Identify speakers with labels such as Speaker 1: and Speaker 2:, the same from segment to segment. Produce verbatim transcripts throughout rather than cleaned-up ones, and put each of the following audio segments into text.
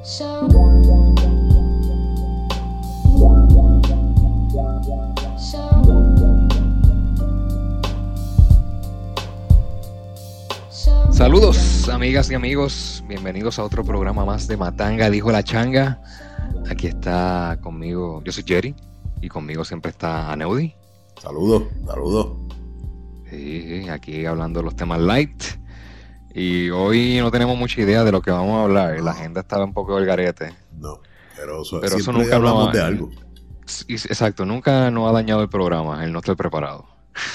Speaker 1: So, so, so.
Speaker 2: Saludos, amigas y amigos, bienvenidos a otro programa más de Matanga Dijo la Changa. Aquí está conmigo, yo soy Jerry, y conmigo siempre está Aneudi.
Speaker 3: Saludos, saludos.
Speaker 2: Sí, aquí hablando de los temas light. Y hoy no tenemos mucha idea de lo que vamos a hablar. La agenda estaba un poco del garete.
Speaker 3: No, pero, eso,
Speaker 2: Pero eso
Speaker 3: siempre
Speaker 2: nunca
Speaker 3: hablamos
Speaker 2: no ha-
Speaker 3: de algo.
Speaker 2: Sí, exacto, nunca nos ha dañado el programa, el no estar preparado.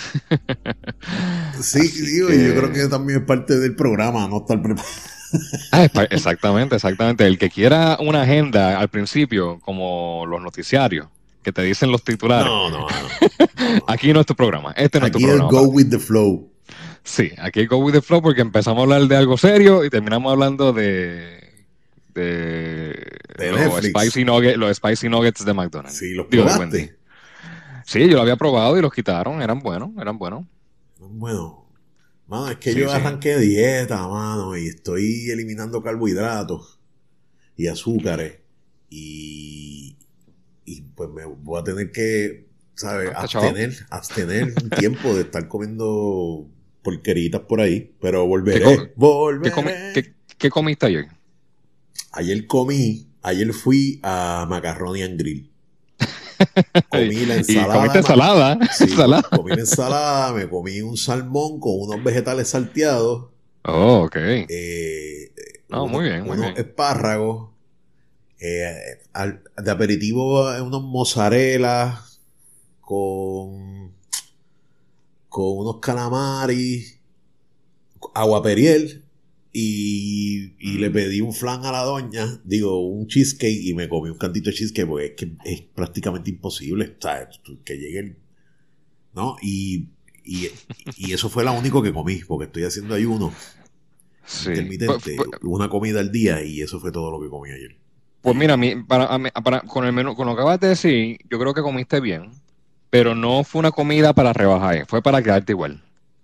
Speaker 3: Sí,
Speaker 2: Así
Speaker 3: digo,
Speaker 2: que-
Speaker 3: y yo creo que también es parte del programa, no estar preparado.
Speaker 2: Ah, es pa- exactamente, exactamente. El que quiera una agenda al principio, como los noticiarios, que te dicen los titulares,
Speaker 3: No, no, no.
Speaker 2: aquí no es tu programa, este no es tu
Speaker 3: Aquí es
Speaker 2: programa.
Speaker 3: go with the flow.
Speaker 2: Sí, aquí es Go With The Flow porque empezamos a hablar de algo serio y terminamos hablando de... De,
Speaker 3: De
Speaker 2: los,
Speaker 3: Netflix.
Speaker 2: spicy nuggets, los Spicy Nuggets de McDonald's.
Speaker 3: Sí, los
Speaker 2: Digo, de
Speaker 3: probaste.
Speaker 2: Wendy. Sí, yo lo había probado y los quitaron, eran buenos, eran buenos.
Speaker 3: Bueno, mano, es que
Speaker 2: Sí,
Speaker 3: yo
Speaker 2: sí.
Speaker 3: arranqué dieta, mano, y estoy eliminando carbohidratos y azúcares. Y, y pues me voy a tener que, ¿sabes?
Speaker 2: Ah, está chaval.
Speaker 3: Abstener, abstener un tiempo de estar comiendo porqueritas por ahí. Pero volveré,
Speaker 2: ¿Qué co-
Speaker 3: volveré.
Speaker 2: ¿Qué, comi- qué- qué comiste ayer?
Speaker 3: Ayer comí, ayer fui a Macaroni and Grill. Comí la
Speaker 2: Y
Speaker 3: ensalada.
Speaker 2: comiste ensalada.
Speaker 3: Sí,
Speaker 2: ensalada.
Speaker 3: comí la ensalada, me comí un salmón con unos vegetales salteados.
Speaker 2: Oh, ok.
Speaker 3: Eh,
Speaker 2: Ah,
Speaker 3: unos,
Speaker 2: muy bien, muy
Speaker 3: unos
Speaker 2: bien.
Speaker 3: espárragos. Eh, al- de aperitivo, eh, unos mozzarella con, con unos calamares, agua periel. Y, y le pedí un flan a la doña, digo, un cheesecake, y me comí un cantito de cheesecake porque es que es prácticamente imposible, o sea, que llegue el... ¿no? Y, y, y eso fue lo único que comí, porque estoy haciendo ayuno
Speaker 2: Sí.
Speaker 3: intermitente,
Speaker 2: Pues, pues-
Speaker 3: una comida al día, y eso fue todo lo que comí ayer.
Speaker 2: pues mira, mi- para, a mí- para- con el menú, con lo que acabas de decir, yo creo que comiste bien, pero no fue una comida para rebajar, fue para quedarte igual.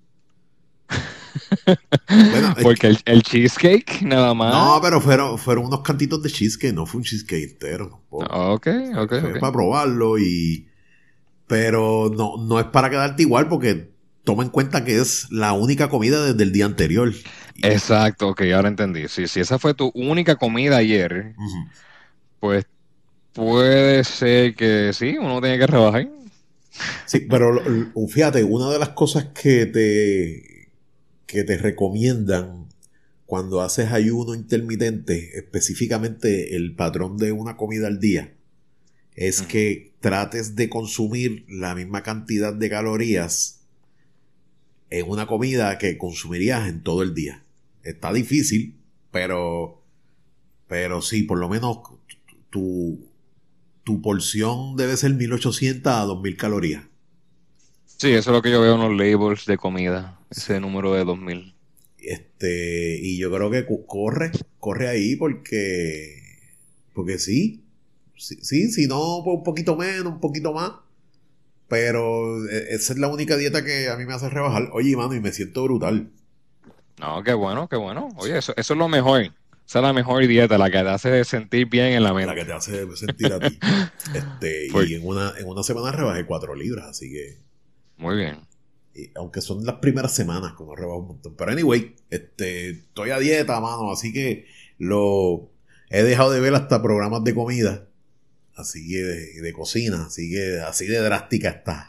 Speaker 3: Bueno, es
Speaker 2: Porque el, el cheesecake, nada más.
Speaker 3: No, pero fueron, fueron unos cantitos de cheesecake, no fue un cheesecake entero tampoco.
Speaker 2: Ok, ok,
Speaker 3: Fue
Speaker 2: ok.
Speaker 3: para probarlo y... Pero no, no es para quedarte igual porque toma en cuenta que es la única comida desde el día anterior. Y-
Speaker 2: Exacto, ok, ahora entendí. Si, si esa fue tu única comida ayer,
Speaker 3: Ujú.
Speaker 2: pues puede ser que sí, uno tiene que rebajar.
Speaker 3: Sí, pero lo- lo- fíjate, una de las cosas que te, que te recomiendan cuando haces ayuno intermitente, específicamente el patrón de una comida al día, es
Speaker 2: Ujú.
Speaker 3: que trates de consumir la misma cantidad de calorías en una comida que consumirías en todo el día. Está difícil, pero, pero sí, por lo menos tu, tu porción debe ser mil ochocientas a dos mil calorías.
Speaker 2: Sí, eso es lo que yo veo en los labels de comida, ese número de dos mil.
Speaker 3: Este, y yo creo que cu- corre, corre ahí porque, porque sí, sí, sí, si no, pues un poquito menos, un poquito más, pero eh, esa es la única dieta que a mí me hace rebajar. Oye, mano, y me siento brutal.
Speaker 2: No, qué bueno, qué bueno. Oye, eso, eso es lo mejor. Esa es la mejor dieta, la que te hace sentir bien en la
Speaker 3: La
Speaker 2: mente.
Speaker 3: que te hace sentir a ti. Este,
Speaker 2: Pues-
Speaker 3: y en una, en una semana rebajé cuatro libras, así que,
Speaker 2: Muy bien.
Speaker 3: y aunque son las primeras semanas que uno rebaja un montón. Pero anyway, este, estoy a dieta, mano, así que lo he dejado de ver hasta programas de comida, así que de, de cocina, así que así de drástica está.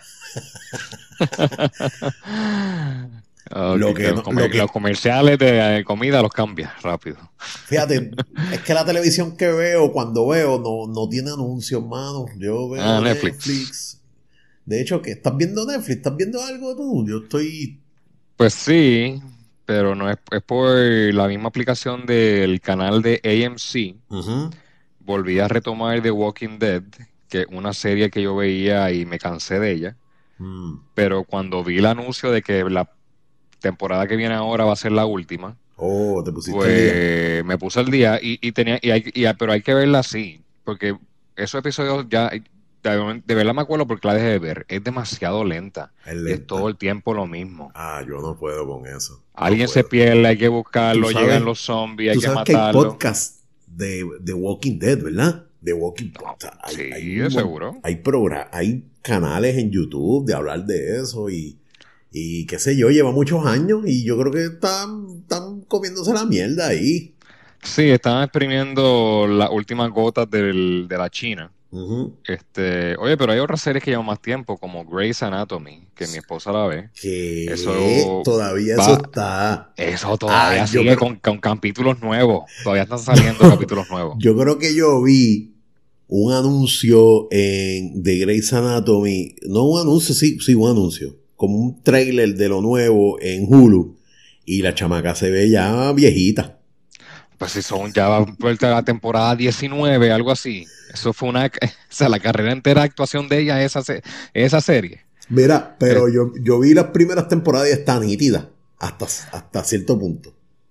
Speaker 2: Ok,
Speaker 3: Lo que
Speaker 2: los,
Speaker 3: no-
Speaker 2: comer-
Speaker 3: lo que-
Speaker 2: los comerciales de eh, comida los cambias rápido.
Speaker 3: Fíjate, es que la televisión que veo, cuando veo, no, no tiene anuncios, mano. Yo veo
Speaker 2: Ah,
Speaker 3: Netflix.
Speaker 2: Netflix.
Speaker 3: De hecho, ¿qué? ¿Estás viendo Netflix? ¿Estás viendo algo tú? Yo estoy...
Speaker 2: Pues sí, pero no es, es por la misma aplicación del canal de A M C.
Speaker 3: Ujú.
Speaker 2: Volví a retomar The Walking Dead, que es una serie que yo veía y me cansé de ella.
Speaker 3: Mm.
Speaker 2: Pero cuando vi el anuncio de que la temporada que viene ahora va a ser la última,
Speaker 3: Oh, te pusiste al día.
Speaker 2: pues me puse al día y, y tenía, y hay, y- pero hay que verla así, porque esos episodios ya, de, de verdad me acuerdo porque la dejé de ver, es demasiado lenta,
Speaker 3: Es
Speaker 2: y
Speaker 3: lenta.
Speaker 2: es todo el tiempo lo mismo.
Speaker 3: Ah, yo no puedo con eso. No
Speaker 2: Alguien se
Speaker 3: puedo.
Speaker 2: pierde, hay que buscarlo,
Speaker 3: Tú sabes-
Speaker 2: llegan los zombies, hay
Speaker 3: Tú
Speaker 2: que
Speaker 3: sabes que hay
Speaker 2: matarlo.
Speaker 3: podcasts de, de Walking Dead, ¿verdad? De Walking Dead. O sea, hay,
Speaker 2: Sí,
Speaker 3: hay un-
Speaker 2: seguro.
Speaker 3: Hay, progra- hay canales en YouTube de hablar de eso y, y qué sé yo, lleva muchos años y yo creo que están, están comiéndose la mierda ahí.
Speaker 2: Sí, estaban exprimiendo las últimas gotas del- de la China.
Speaker 3: Ujú.
Speaker 2: Este, oye, pero hay otras series que llevan más tiempo, como Grey's Anatomy, que mi esposa la ve.
Speaker 3: Que
Speaker 2: Eso
Speaker 3: todavía eso
Speaker 2: va,
Speaker 3: está.
Speaker 2: eso todavía
Speaker 3: Ah, yo
Speaker 2: sigue
Speaker 3: creo,
Speaker 2: con, con capítulos nuevos. Todavía están saliendo capítulos nuevos.
Speaker 3: yo creo que yo vi un anuncio en, de Grey's Anatomy. No un anuncio, sí, sí, un anuncio. Como un trailer de lo nuevo en Hulu. Y la chamaca se ve ya viejita.
Speaker 2: Pues si son ya va por la temporada diecinueve, algo así. Eso fue una, o sea, la carrera entera de actuación de ella, esa, se- esa serie.
Speaker 3: Mira,
Speaker 2: Eh,
Speaker 3: pero yo, yo vi las primeras temporadas y está nítida. Hasta, hasta cierto punto.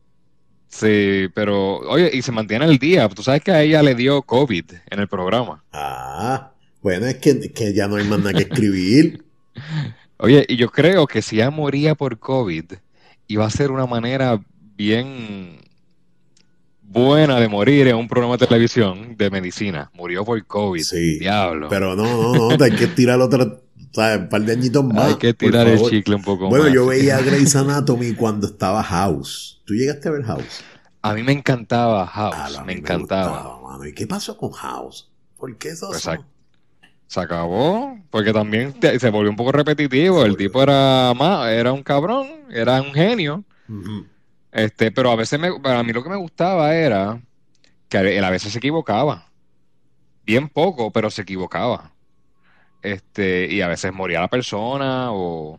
Speaker 2: sí, pero, oye, y se mantiene el día. Tú sabes que a ella le dio COVID en el programa.
Speaker 3: Ah, bueno, es que, es que ya no hay más nada que escribir.
Speaker 2: Oye, y yo creo que si ella moría por COVID, iba a ser una manera bien buena de morir en un programa de televisión de medicina. Murió por COVID.
Speaker 3: Sí,
Speaker 2: Diablo.
Speaker 3: pero no, no, no, te hay que tirar otra, ¿sabes? Un par de añitos
Speaker 2: Hay
Speaker 3: más,
Speaker 2: que
Speaker 3: por
Speaker 2: tirar el
Speaker 3: favor.
Speaker 2: chicle un poco
Speaker 3: Bueno,
Speaker 2: más.
Speaker 3: yo
Speaker 2: Sí.
Speaker 3: veía Grey's Anatomy cuando estaba House. ¿Tú llegaste a ver House?
Speaker 2: A mí me encantaba
Speaker 3: Ah,
Speaker 2: House,
Speaker 3: a
Speaker 2: me
Speaker 3: mí me
Speaker 2: encantaba.
Speaker 3: gustaba, mano. ¿Y qué pasó con House? ¿Por qué eso
Speaker 2: Pues se,
Speaker 3: son?
Speaker 2: se acabó, porque también te- se volvió un poco repetitivo.
Speaker 3: Se
Speaker 2: El
Speaker 3: volvió.
Speaker 2: tipo era más, era un cabrón, era un genio.
Speaker 3: Ujú.
Speaker 2: Este, pero a veces me, para mí lo que me gustaba era que él a veces se equivocaba. Bien poco, pero se equivocaba. Este, y a veces moría la persona o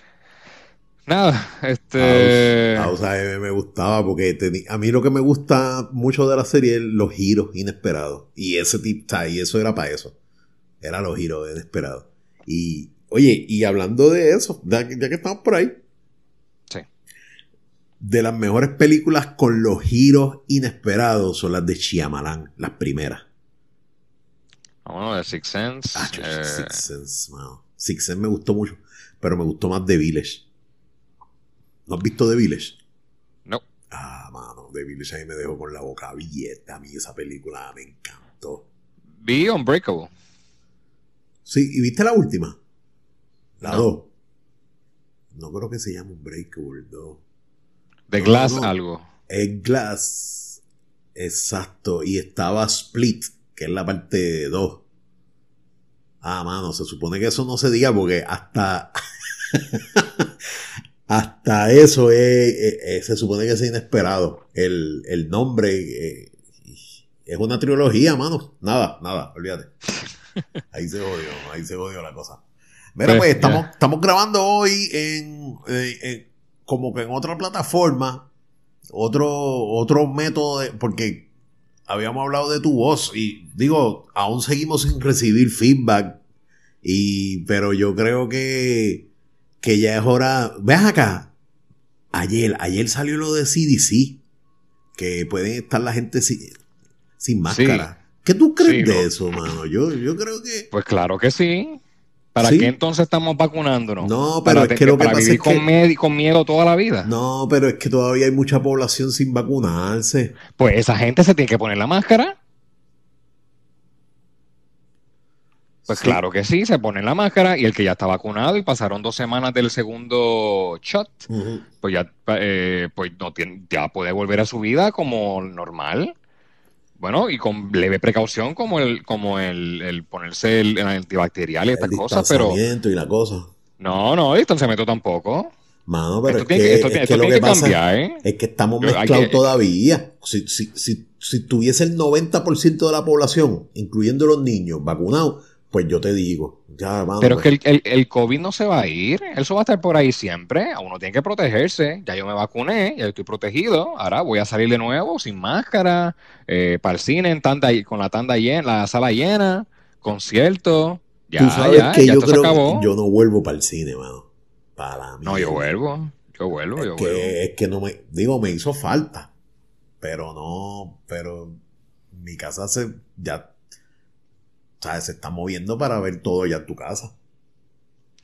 Speaker 2: nada,
Speaker 3: House,
Speaker 2: este,
Speaker 3: House a mí me gustaba porque teni- a mí lo que me gusta mucho de la serie es los giros inesperados. Y ese tipo, o sea, y eso era para eso. Era los giros inesperados. Y, oye, y hablando de eso, ya, que ya que estamos por ahí,
Speaker 2: sí.
Speaker 3: de las mejores películas con los giros inesperados son las de Shyamalan, las primeras.
Speaker 2: Bueno, de Sixth Sense,
Speaker 3: Ah, yo-
Speaker 2: eh,
Speaker 3: Six Sense, mano. Six Sense me gustó mucho, pero me gustó más The Village. ¿No has visto The Village?
Speaker 2: no,
Speaker 3: Ah, mano, The Village ahí me dejó con la boca abierta. A mí esa película me encantó.
Speaker 2: vi Unbreakable,
Speaker 3: Sí, ¿y viste la última? La
Speaker 2: no,
Speaker 3: dos. No creo que se llame Unbreakable dos.
Speaker 2: The
Speaker 3: No,
Speaker 2: Glass
Speaker 3: no, no.
Speaker 2: algo,
Speaker 3: Es Glass. Exacto. Y estaba Split, que es la parte dos. Ah, mano, se supone que eso no se diga porque hasta... hasta eso es, es- es- se supone que es inesperado. El, el nombre eh, es una trilogía, mano. Nada, nada, olvídate. Ahí se jodió, ahí se jodió la cosa. Mira,
Speaker 2: pues
Speaker 3: pues estamos,
Speaker 2: ya,
Speaker 3: estamos grabando hoy en, eh, en- como que en otra plataforma, otro, otro método de, porque habíamos hablado de tu voz y digo, aún seguimos sin recibir feedback y, pero yo creo que, que ya es hora, veas acá, ayer, ayer salió lo de C D C, que pueden estar la gente sin, sin
Speaker 2: sí,
Speaker 3: máscara. ¿Qué tú crees
Speaker 2: sí,
Speaker 3: de
Speaker 2: lo,
Speaker 3: eso, mano? Yo, yo creo que
Speaker 2: pues claro que sí. ¿Para qué
Speaker 3: sí.
Speaker 2: entonces estamos vacunándonos?
Speaker 3: No, pero
Speaker 2: ¿Para,
Speaker 3: es
Speaker 2: te-
Speaker 3: que lo que
Speaker 2: para
Speaker 3: pasa
Speaker 2: vivir
Speaker 3: es
Speaker 2: con,
Speaker 3: que
Speaker 2: med- con miedo toda la vida?
Speaker 3: no, pero es que todavía hay mucha población sin vacunarse.
Speaker 2: Pues esa gente se tiene que poner la máscara. Pues
Speaker 3: Sí.
Speaker 2: claro que sí, se ponen la máscara y el que ya está vacunado y pasaron dos semanas del segundo shot,
Speaker 3: Ujú.
Speaker 2: pues ya, eh, pues no tiene, ya puede volver a su vida como normal. Bueno, y con leve precaución como el, como el, el ponerse el, el antibacterial y
Speaker 3: El
Speaker 2: estas cosas, pero
Speaker 3: distanciamiento y la cosa.
Speaker 2: no, no, distanciamiento tampoco.
Speaker 3: Mano, pero
Speaker 2: Esto
Speaker 3: es
Speaker 2: tiene que,
Speaker 3: que,
Speaker 2: esto,
Speaker 3: es
Speaker 2: tiene-
Speaker 3: que
Speaker 2: esto
Speaker 3: lo
Speaker 2: tiene
Speaker 3: que
Speaker 2: que
Speaker 3: pasa
Speaker 2: cambiar, ¿eh?
Speaker 3: es que estamos
Speaker 2: Yo- hay
Speaker 3: mezclados
Speaker 2: que,
Speaker 3: todavía. Si, si, si, si tuviese el noventa por ciento de la población, incluyendo los niños, vacunados, pues yo te digo, ya, mano,
Speaker 2: pero es que
Speaker 3: pues.
Speaker 2: el, el, el COVID no se va a ir, eso va a estar por ahí siempre, a uno tiene que protegerse, ya yo me vacuné, ya estoy protegido, ahora voy a salir de nuevo sin máscara, eh, para el cine en tanda, con la tanda llena, la sala llena, concierto,
Speaker 3: Tú
Speaker 2: ya,
Speaker 3: sabes
Speaker 2: ya,
Speaker 3: que
Speaker 2: ya
Speaker 3: yo
Speaker 2: esto se
Speaker 3: creo que
Speaker 2: acabó.
Speaker 3: yo no vuelvo para el cine, mano. Para la
Speaker 2: No, yo
Speaker 3: mierda.
Speaker 2: vuelvo, yo vuelvo,
Speaker 3: Es
Speaker 2: yo vuelvo.
Speaker 3: que, es que no me, digo, me hizo falta. Pero no, pero mi casa se, ya, ¿sabes? Se está moviendo para ver todo ya en tu casa.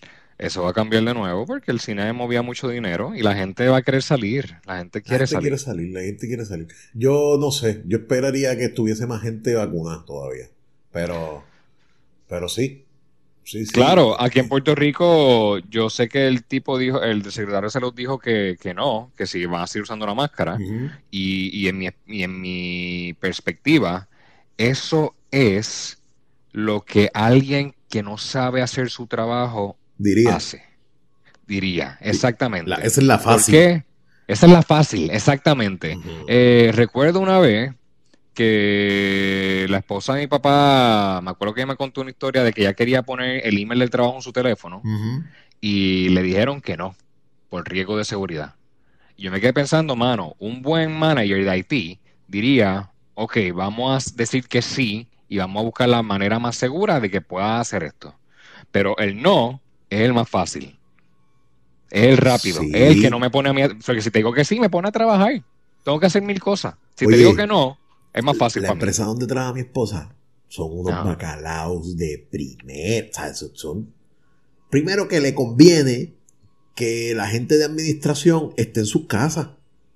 Speaker 2: Eso va a cambiar de nuevo porque el cine movía mucho dinero y la gente va a querer salir. La gente
Speaker 3: La
Speaker 2: quiere
Speaker 3: gente quiere
Speaker 2: salir.
Speaker 3: salir, la gente quiere salir. Yo no sé, yo esperaría que estuviese más gente vacunada todavía. Pero, pero sí, sí, sí.
Speaker 2: Claro, aquí en
Speaker 3: Este,
Speaker 2: Puerto Rico yo sé que el tipo dijo, el secretario de salud dijo que, que no, que sí van a seguir usando la máscara.
Speaker 3: ujú,
Speaker 2: Y, y en mi, y en mi perspectiva, eso es lo que alguien que no sabe hacer su trabajo
Speaker 3: diría.
Speaker 2: hace, diría,
Speaker 3: Di- La,
Speaker 2: exactamente.
Speaker 3: esa es la
Speaker 2: ¿Por
Speaker 3: fácil.
Speaker 2: qué? Esa es la fácil, exactamente.
Speaker 3: Ujú,
Speaker 2: Eh, recuerdo una vez que la esposa de mi papá, me acuerdo que ella me contó una historia de que ella quería poner el email del trabajo en su teléfono
Speaker 3: ujú.
Speaker 2: y le dijeron que no, por riesgo de seguridad. Y yo me quedé pensando, mano, un buen manager de I T diría, ok, vamos a decir que sí y vamos a buscar la manera más segura de que pueda hacer esto. Pero el no es el más fácil, es el rápido, es el que no
Speaker 3: Sí.
Speaker 2: me pone a mí, a- porque si te digo que sí, me pone a trabajar. Tengo que hacer mil cosas. Si te digo que
Speaker 3: Oye,
Speaker 2: no, es más fácil
Speaker 3: la
Speaker 2: para mí.
Speaker 3: empresa donde trabaja mi esposa son unos
Speaker 2: Ajá.
Speaker 3: bacalaos de primer. O sea, son, son- primero que le conviene que la gente de administración esté en sus casas.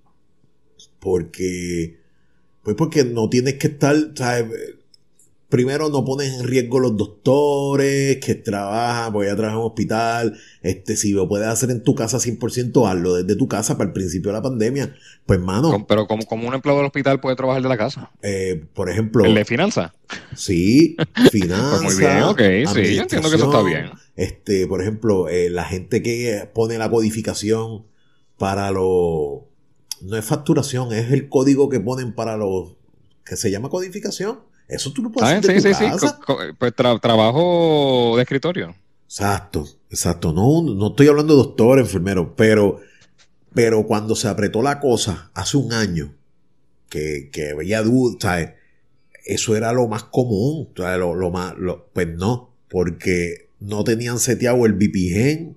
Speaker 3: Porque, pues porque no tienes que estar, ¿sabes? Primero no pones en riesgo los doctores que trabajan, voy a trabajar en un hospital, este, si lo puedes hacer en tu casa cien por ciento, hazlo desde tu casa para el principio de la pandemia. Pues,
Speaker 2: Com-
Speaker 3: mano,
Speaker 2: Pero como, como un empleado del hospital puede trabajar de la casa.
Speaker 3: eh, por
Speaker 2: El de
Speaker 3: ejemplo,
Speaker 2: finanzas.
Speaker 3: sí,
Speaker 2: Pues muy bien, ok,
Speaker 3: finanzas,
Speaker 2: sí, yo entiendo que eso está
Speaker 3: administración,
Speaker 2: bien.
Speaker 3: este, por ejemplo, eh, la gente que pone la codificación para los, no es facturación, es el código que ponen para los, que se llama codificación. Eso tú lo puedes hacer
Speaker 2: ¿Saben?
Speaker 3: de
Speaker 2: Sí,
Speaker 3: tu
Speaker 2: sí, sí. co-
Speaker 3: casa.
Speaker 2: co- pues tra- trabajo de escritorio.
Speaker 3: Exacto, exacto. No, no estoy hablando de doctor, enfermero, pero, pero cuando se apretó la cosa hace un año, que, que veía dudas, ¿sabes? Eso era lo más común, ¿sabes? Lo, lo más, lo- pues no, porque no tenían seteado el V P N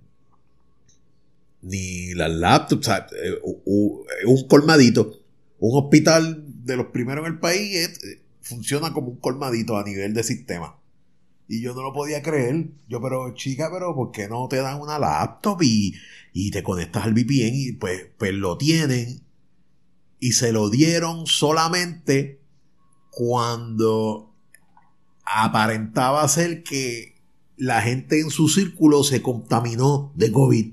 Speaker 3: ni las laptops, ¿sabes? Eh, u- u- un colmadito, un hospital de los primeros en el país es- eh, funciona como un colmadito a nivel de sistema. Y yo no lo podía creer. Yo, pero chica, pero ¿por qué no te dan una laptop y, y te conectas al V P N? Y pues, pues lo tienen. Y se lo dieron solamente cuando aparentaba ser que la gente en su círculo se contaminó de COVID.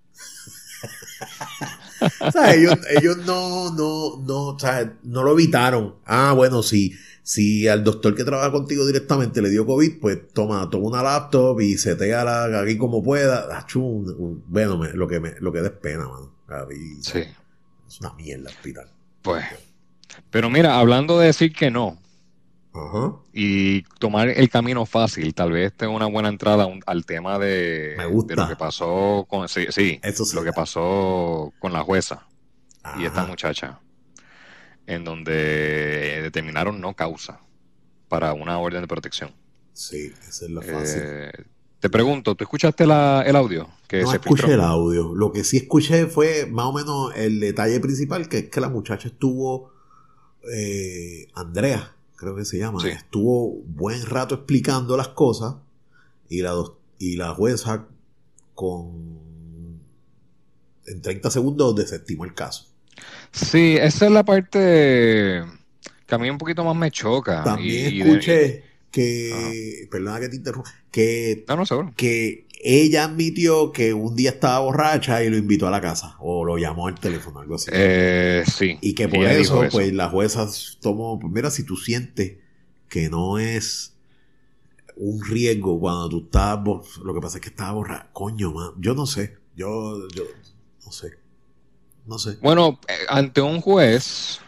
Speaker 3: O sea, ellos, ellos no, no, no, o sea, no lo evitaron. Ah, bueno, si, si al doctor que trabaja contigo directamente le dio COVID, pues toma, toma una laptop y setea la aquí como pueda. Achú, un- un- bueno, me- lo que me, lo que da es pena, mano. Gaby, o sea,
Speaker 2: Sí,
Speaker 3: es una mierda el hospital.
Speaker 2: pues. Pero mira, hablando de decir que no
Speaker 3: Ajá.
Speaker 2: y tomar el camino fácil, tal vez esta es una buena entrada a un- al tema
Speaker 3: Me
Speaker 2: de, de lo que
Speaker 3: gusta.
Speaker 2: pasó con, sí, sí,
Speaker 3: Eso sí.
Speaker 2: lo que pasó con la jueza y esta
Speaker 3: Ajá.
Speaker 2: muchacha, en donde determinaron no causa para una orden de protección.
Speaker 3: Sí, esa es la fácil.
Speaker 2: Eh, te pregunto, ¿tú escuchaste la- el audio que
Speaker 3: No
Speaker 2: se
Speaker 3: escuché
Speaker 2: filtró?
Speaker 3: el audio. Lo que sí escuché fue más o menos el detalle principal, que es que la muchacha estuvo, eh, Andrea, creo que se llama,
Speaker 2: Sí.
Speaker 3: estuvo buen rato explicando las cosas y la, dos- y la jueza con en treinta segundos desestimó el caso.
Speaker 2: Sí, esa es la parte que a mí un poquito más me choca.
Speaker 3: También
Speaker 2: Y, y de-
Speaker 3: escuché
Speaker 2: y- ajá.
Speaker 3: que, perdona que te interrumpa, que,
Speaker 2: No, no, seguro.
Speaker 3: que ella admitió que un día estaba borracha y lo invitó a la casa o lo llamó al teléfono, algo así.
Speaker 2: Eh, sí,
Speaker 3: Y que por
Speaker 2: ella dijo
Speaker 3: eso,
Speaker 2: eso.
Speaker 3: pues la jueza tomó, pues mira, si tú sientes que no es un riesgo cuando tú estás, bo- lo que pasa es que estaba borracha, coño, man, yo no sé, yo, yo, no sé, no sé.
Speaker 2: Bueno, eh, ante un juez,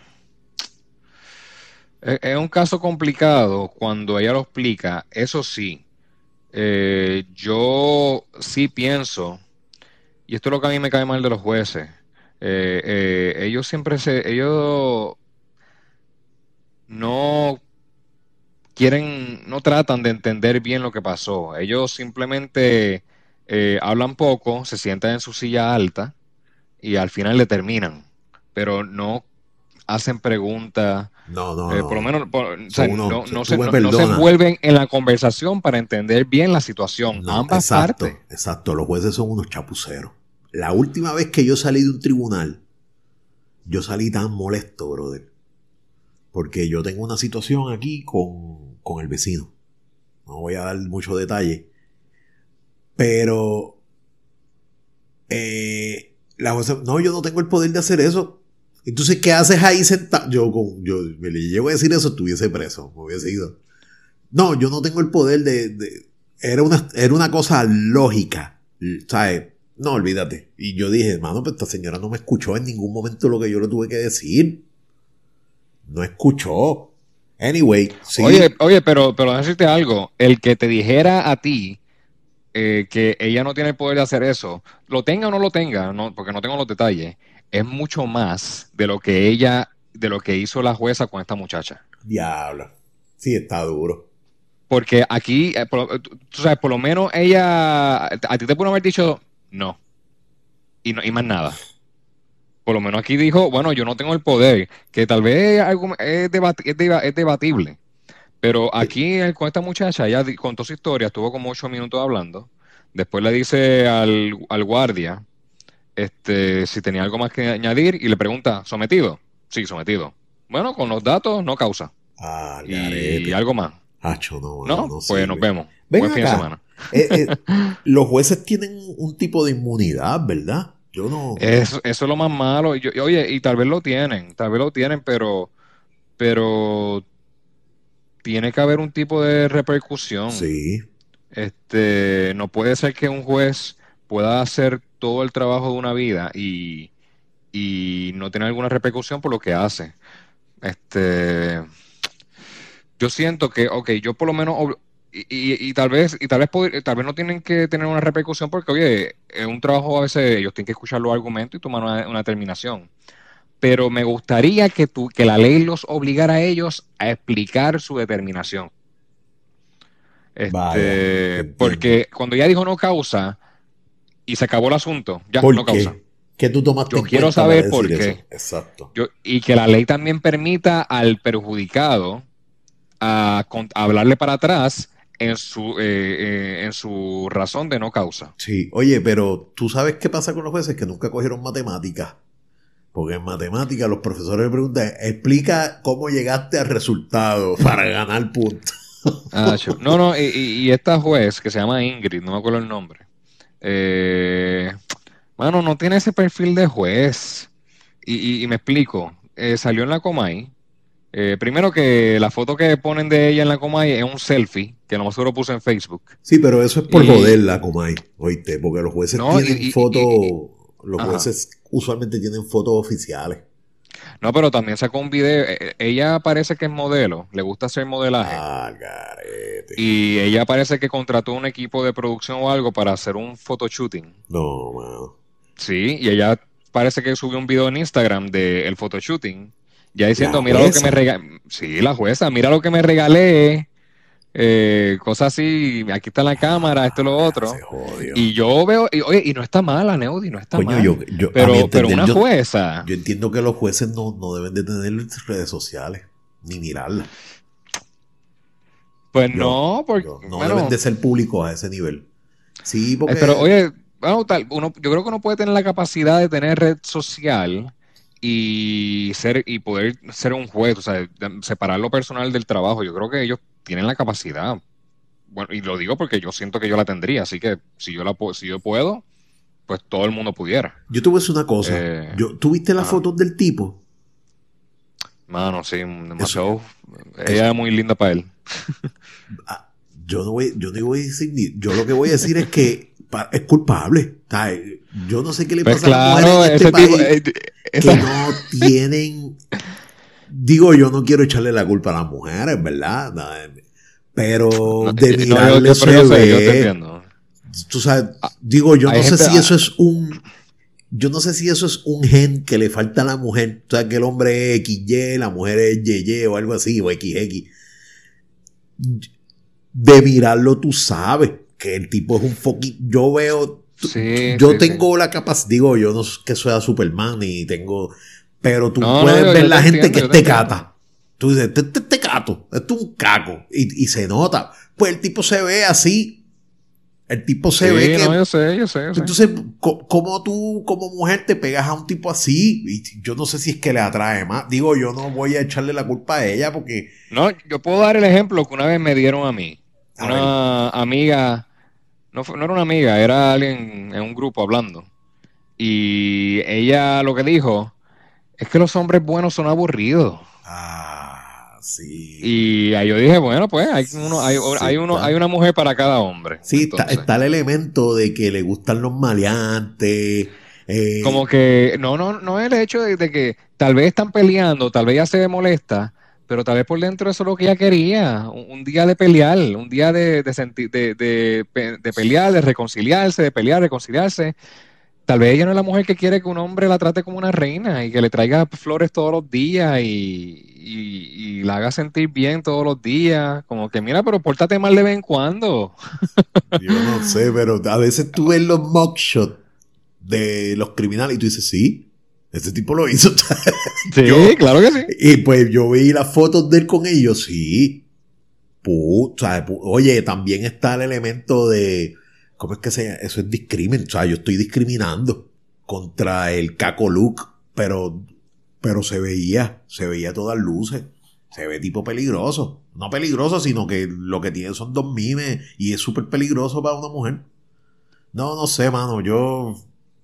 Speaker 2: eh, es un caso complicado cuando ella lo explica. Eso sí, eh, yo sí pienso, y esto es lo que a mí me cae mal de los jueces, eh, eh, ellos siempre se, ellos no quieren, no tratan de entender bien lo que pasó. Ellos simplemente eh, hablan poco, se sientan en su silla alta y al final determinan, pero no hacen preguntas.
Speaker 3: No, no,
Speaker 2: Eh,
Speaker 3: no.
Speaker 2: por lo menos, por- o sea,
Speaker 3: Son unos-
Speaker 2: no, no
Speaker 3: tú
Speaker 2: se,
Speaker 3: me
Speaker 2: no- no se
Speaker 3: perdonas.
Speaker 2: envuelven en la conversación para entender bien la situación,
Speaker 3: No,
Speaker 2: ambas
Speaker 3: exacto,
Speaker 2: partes.
Speaker 3: exacto. Los jueces son unos chapuceros. La última vez que yo salí de un tribunal, yo salí tan molesto, brother. Porque yo tengo una situación aquí con, con el vecino. No voy a dar mucho detalle. Pero eh, la jueza, no, yo no tengo el poder de hacer eso. Entonces, ¿qué haces ahí sentado? Yo, con, yo me le llevo a decir eso, estuviese preso, me hubiese ido. No, yo no tengo el poder de... de era, una, era una cosa lógica, ¿sabes? No, olvídate. Y yo dije, hermano, pues esta señora no me escuchó en ningún momento lo que yo le tuve que decir. No escuchó. Anyway, sí.
Speaker 2: Oye, oye, pero, pero déjame decirte algo. El que te dijera a ti eh, que ella no tiene el poder de hacer eso, lo tenga o no lo tenga, no, porque no tengo los detalles, es mucho más de lo que ella, de lo que hizo la jueza con esta muchacha.
Speaker 3: Diablo. Sí, está duro.
Speaker 2: Porque aquí, eh, por- tú tú sabes, por lo menos ella, a ti te pudo haber dicho no, y, no, y más nada. Por lo menos aquí dijo, bueno, yo no tengo el poder, que tal vez es, algo- es debati- es deba- es debatible. Pero aquí eh, con esta muchacha, ella di- contó su historia, estuvo como ocho minutos hablando. Después le dice al, al guardia este, si tenía algo más que añadir y le pregunta, ¿sometido? Sí, sometido. Bueno, con los datos no causa.
Speaker 3: Ah,
Speaker 2: Y
Speaker 3: garete.
Speaker 2: algo más.
Speaker 3: Hacho, no,
Speaker 2: ¿No?
Speaker 3: no, no
Speaker 2: Pues
Speaker 3: sirve.
Speaker 2: nos vemos.
Speaker 3: Ven
Speaker 2: Buen fin de
Speaker 3: acá.
Speaker 2: semana.
Speaker 3: Eh, eh, los jueces tienen un tipo de inmunidad, ¿verdad? Yo no...
Speaker 2: Eso, eso es lo más malo. Y yo- y oye, y tal vez lo tienen, tal vez lo tienen, pero, pero tiene que haber un tipo de repercusión.
Speaker 3: Sí.
Speaker 2: Este, no puede ser que un juez pueda hacer todo el trabajo de una vida y, y no tener alguna repercusión por lo que hace. Este, yo siento que, ok, yo por lo menos, ob- y, y- y tal vez, y tal vez, pod- tal vez no tienen que tener una repercusión porque, oye, en un trabajo a veces ellos tienen que escuchar los argumentos y tomar una, una determinación. Pero me gustaría que, tu, que la ley los obligara a ellos a explicar su determinación.
Speaker 3: Vaya,
Speaker 2: Este,
Speaker 3: entiendo.
Speaker 2: porque cuando ella dijo no causa y se acabó el asunto, ya
Speaker 3: ¿Por
Speaker 2: no
Speaker 3: qué?
Speaker 2: causa.
Speaker 3: ¿Qué tú tomaste
Speaker 2: Yo
Speaker 3: en
Speaker 2: quiero
Speaker 3: cuenta
Speaker 2: saber
Speaker 3: para
Speaker 2: por
Speaker 3: decir
Speaker 2: qué.
Speaker 3: eso? Exacto.
Speaker 2: Yo, y que la ley también permita al perjudicado a, con- a hablarle para atrás en su, eh, eh, en su razón de no causa.
Speaker 3: Sí, oye, pero ¿tú sabes qué pasa con los jueces? Que nunca cogieron matemáticas. Porque en matemáticas los profesores le preguntan, explica cómo llegaste al resultado para ganar puntos.
Speaker 2: Ah, chu- no, no, y, y- y esta juez que se llama Ingrid, no me acuerdo el nombre. Eh, mano, no tiene ese perfil de juez. Y, y- y me explico. Eh, salió en la Comay. Eh, primero que la foto que ponen de ella en la Comay es un selfie, que lo más seguro puso en Facebook.
Speaker 3: Sí, pero eso es por
Speaker 2: Y-
Speaker 3: joderla, Comay. Oíste, porque los jueces
Speaker 2: No, y-
Speaker 3: tienen
Speaker 2: y- y-
Speaker 3: fotos,
Speaker 2: y-
Speaker 3: los
Speaker 2: Ajá.
Speaker 3: jueces usualmente tienen fotos oficiales.
Speaker 2: No, pero también sacó un video. eh, Ella parece que es modelo, le gusta hacer modelaje.
Speaker 3: Ah, garete.
Speaker 2: Y ella parece que contrató un equipo de producción o algo para hacer un photoshooting.
Speaker 3: No, mano.
Speaker 2: Sí, y ella parece que subió un video en Instagram del photoshooting, ya diciendo,
Speaker 3: La
Speaker 2: mira lo que
Speaker 3: jueza.
Speaker 2: me regalé. Sí, la jueza, mira lo que me regalé. Eh, cosas así, aquí está la cámara, esto y lo otro.
Speaker 3: Se jodió.
Speaker 2: Y yo veo, y, oye, y no está mala, Neudi, no está
Speaker 3: Coño,
Speaker 2: mal.
Speaker 3: yo, yo, a mi
Speaker 2: pero,
Speaker 3: entender,
Speaker 2: pero una
Speaker 3: yo-
Speaker 2: jueza.
Speaker 3: Yo entiendo que los jueces no, no deben de tener redes sociales, ni mirarlas.
Speaker 2: Pues
Speaker 3: Yo-
Speaker 2: no, porque
Speaker 3: yo- no
Speaker 2: bueno,
Speaker 3: deben de ser públicos a ese nivel. Sí, porque...
Speaker 2: eh, pero oye, bueno, tal, uno, yo creo que uno puede tener la capacidad de tener red social y ser y poder ser un juez, o sea, de- separar lo personal del trabajo. Yo creo que ellos tienen la capacidad. Bueno, y lo digo porque yo siento que yo la tendría, así que si yo la pu- si yo puedo, pues todo el mundo pudiera.
Speaker 3: Yo te voy a decir una cosa.
Speaker 2: Eh,
Speaker 3: Yo, ¿tú viste las
Speaker 2: ajá.
Speaker 3: fotos del tipo?
Speaker 2: Mano, sí, demasiado. Ella es muy linda para él.
Speaker 3: Ah, yo no voy, yo no voy a decir ni... Yo lo que voy a decir es que pa- es culpable. ¿Sabes? Yo no sé qué le
Speaker 2: Pues
Speaker 3: pasa a las
Speaker 2: claro,
Speaker 3: mujeres en este
Speaker 2: ese tipo,
Speaker 3: país
Speaker 2: eh,
Speaker 3: que
Speaker 2: esa-
Speaker 3: no tienen... Digo, yo no quiero echarle la culpa a las mujeres, ¿verdad? No, eh, Pero
Speaker 2: no,
Speaker 3: de
Speaker 2: no, yo-
Speaker 3: mirarle
Speaker 2: yo-
Speaker 3: se
Speaker 2: pero yo sé, yo te
Speaker 3: ve...
Speaker 2: entiendo.
Speaker 3: Tú sabes, digo, yo
Speaker 2: hay
Speaker 3: no sé
Speaker 2: gente-
Speaker 3: si eso es un... Yo no sé si eso es un gen que le falta a la mujer. O sea, que el hombre es equis ye, la mujer es ye ye o algo así, o equis equis. De mirarlo tú sabes que el tipo es un fucking... Yo veo...
Speaker 2: Sí,
Speaker 3: yo
Speaker 2: sí,
Speaker 3: tengo la capacidad... Digo, yo no es que sea Superman ni tengo... Pero tú
Speaker 2: No,
Speaker 3: puedes
Speaker 2: no, yo-
Speaker 3: ver
Speaker 2: yo
Speaker 3: la
Speaker 2: te
Speaker 3: gente
Speaker 2: entiendo,
Speaker 3: que
Speaker 2: yo
Speaker 3: es
Speaker 2: te entiendo.
Speaker 3: tecata. Tú dices, este este es tecato, esto es un caco. Y, y se nota. Pues el tipo se ve así. El tipo se
Speaker 2: Sí,
Speaker 3: ve que...
Speaker 2: no, yo sé, yo sé, yo sé.
Speaker 3: Entonces, co- ¿cómo tú como mujer te pegas a un tipo así? Y yo no sé si es que le atrae más. Digo, yo no voy a echarle la culpa a ella porque...
Speaker 2: No, yo puedo dar el ejemplo que una vez me dieron a mí.
Speaker 3: A ver,
Speaker 2: Una amiga, no, fue- no era una amiga, era alguien en un grupo hablando. Y ella lo que dijo es que los hombres buenos son aburridos.
Speaker 3: ah, sí.
Speaker 2: Y ahí yo dije, bueno, pues hay uno, hay,
Speaker 3: Sí
Speaker 2: hay uno, hay
Speaker 3: está.
Speaker 2: una mujer para cada hombre.
Speaker 3: Sí, está,
Speaker 2: Entonces,
Speaker 3: está el elemento de que le gustan los maleantes.
Speaker 2: como
Speaker 3: eh,
Speaker 2: que no, no, no es el hecho de, de que tal vez están peleando, tal vez ella se molesta, pero tal vez por dentro eso es lo que ella quería, un, un día de pelear, un día de, de, senti- de, de, pe- de pelear, de reconciliarse, de pelear, reconciliarse. Tal vez ella no es la mujer que quiere que un hombre la trate como una reina y que le traiga flores todos los días y, y, y la haga sentir bien todos los días. Como que mira, pero pórtate mal de vez en cuando.
Speaker 3: yo no sé, pero a veces tú ves los mugshots de los criminales y tú dices, sí, este tipo lo hizo. yo,
Speaker 2: Sí, claro que sí.
Speaker 3: y pues yo vi las fotos de él con ellos, sí. Pu- o sea, pu- oye, también está el elemento de, ¿cómo es que se llama? Eso es discrimen, o sea, yo estoy discriminando contra el Caco Look, pero, pero se veía, se veía a todas luces, se ve tipo peligroso, no peligroso, sino que lo que tiene son dos mimes y es súper peligroso para una mujer. No, no sé, mano, yo,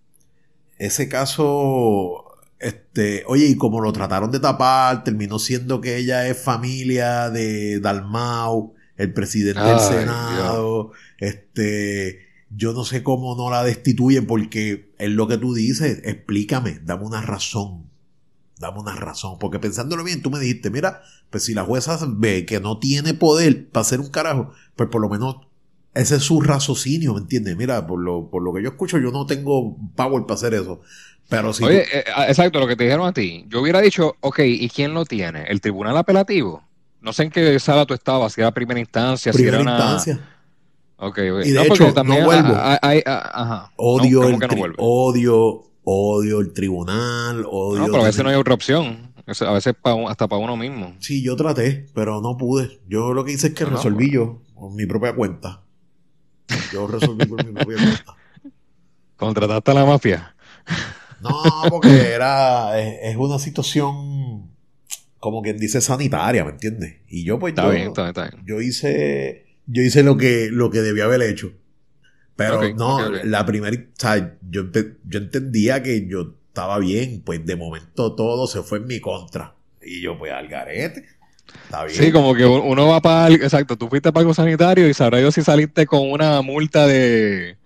Speaker 3: ese caso, este, oye, y como lo trataron de tapar, terminó siendo que ella es familia de Dalmau, el presidente del
Speaker 2: Ay, Dios.
Speaker 3: Senado, este, yo no sé cómo no la destituyen porque es lo que tú dices, explícame, dame una razón, dame una razón, porque pensándolo bien, tú me dijiste, mira, pues si la jueza ve que no tiene poder para hacer un carajo, pues por lo menos ese es su raciocinio, ¿me entiendes? Mira, por lo, por lo que yo escucho, yo no tengo power para hacer eso. Pero si
Speaker 2: Oye,
Speaker 3: tú...
Speaker 2: eh, ah, exacto, lo que te dijeron a ti. Yo hubiera dicho, ok, ¿y quién lo tiene? ¿El tribunal apelativo? No sé en qué sala tú estabas, si era primera instancia, si era
Speaker 3: Primera
Speaker 2: una...
Speaker 3: instancia.
Speaker 2: Ok, ok.
Speaker 3: Y de
Speaker 2: No, porque
Speaker 3: hecho, no
Speaker 2: también
Speaker 3: vuelvo.
Speaker 2: hay... hay- ah, ajá. No,
Speaker 3: Odio
Speaker 2: ¿cómo
Speaker 3: el
Speaker 2: que no
Speaker 3: tri
Speaker 2: vuelve?
Speaker 3: odio, odio el tribunal,
Speaker 2: No,
Speaker 3: odio
Speaker 2: pero a veces no
Speaker 3: tener...
Speaker 2: hay otra opción. Eso- A veces pa un- hasta para uno mismo.
Speaker 3: Sí, yo traté, pero no pude. Yo lo que hice es que
Speaker 2: No, no,
Speaker 3: resolví
Speaker 2: pues,
Speaker 3: yo, por mi propia cuenta. Yo resolví por mi propia cuenta.
Speaker 2: contrataste a la mafia.
Speaker 3: No, porque era... Es, es una situación, como quien dice, sanitaria, ¿me entiendes? Y yo, pues,
Speaker 2: Está bien,
Speaker 3: yo...
Speaker 2: está bien, está bien.
Speaker 3: Yo hice... Yo hice lo que, lo que debía haber hecho.
Speaker 2: Ok,
Speaker 3: Pero
Speaker 2: ok,
Speaker 3: no,
Speaker 2: ok.
Speaker 3: la primera, o sea, yo, empe- yo entendía que yo estaba bien, pues de momento todo se fue en mi contra. Y yo, pues al garete, está bien.
Speaker 2: Sí, como que u- uno va para... Exacto, tú fuiste para algo sanitario y sabrá Dios si saliste con una multa de...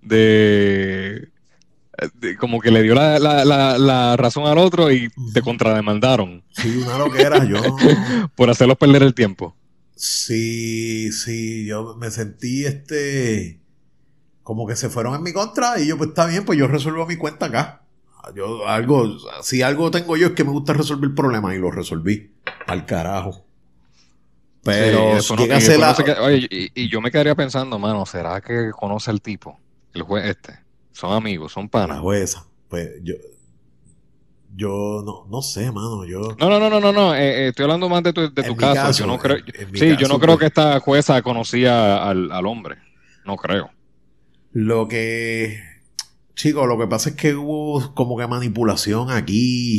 Speaker 2: de... de- como que le dio la, la, la, la razón al otro y te
Speaker 3: Ujú.
Speaker 2: contrademandaron
Speaker 3: Sí, una loquera, yo no.
Speaker 2: por hacerlos perder el tiempo.
Speaker 3: Sí, sí, yo me sentí este. Como que se fueron en mi contra y yo, pues está bien, pues yo resuelvo mi cuenta acá. Yo, algo, si algo tengo yo es que me gusta resolver problemas y lo resolví. Al carajo.
Speaker 2: Sí, y
Speaker 3: Pero
Speaker 2: después no,
Speaker 3: llega a
Speaker 2: y
Speaker 3: ser
Speaker 2: después no
Speaker 3: la.
Speaker 2: se queda- oye, y, y yo me quedaría pensando, mano, ¿será que conoce al tipo? El juez este. Son amigos, son
Speaker 3: La
Speaker 2: panas.
Speaker 3: jueza. Pues yo, yo no, no sé, mano. Yo,
Speaker 2: No, no, no, no, no, no. eh, eh, estoy hablando más de tu, de tu
Speaker 3: en mi
Speaker 2: caso.
Speaker 3: caso,
Speaker 2: Yo no creo,
Speaker 3: en, en mi
Speaker 2: sí, yo no
Speaker 3: caso,
Speaker 2: creo
Speaker 3: pues,
Speaker 2: que esta jueza conocía al, al hombre. No creo.
Speaker 3: lo que, chicos, lo que pasa es que hubo como que manipulación aquí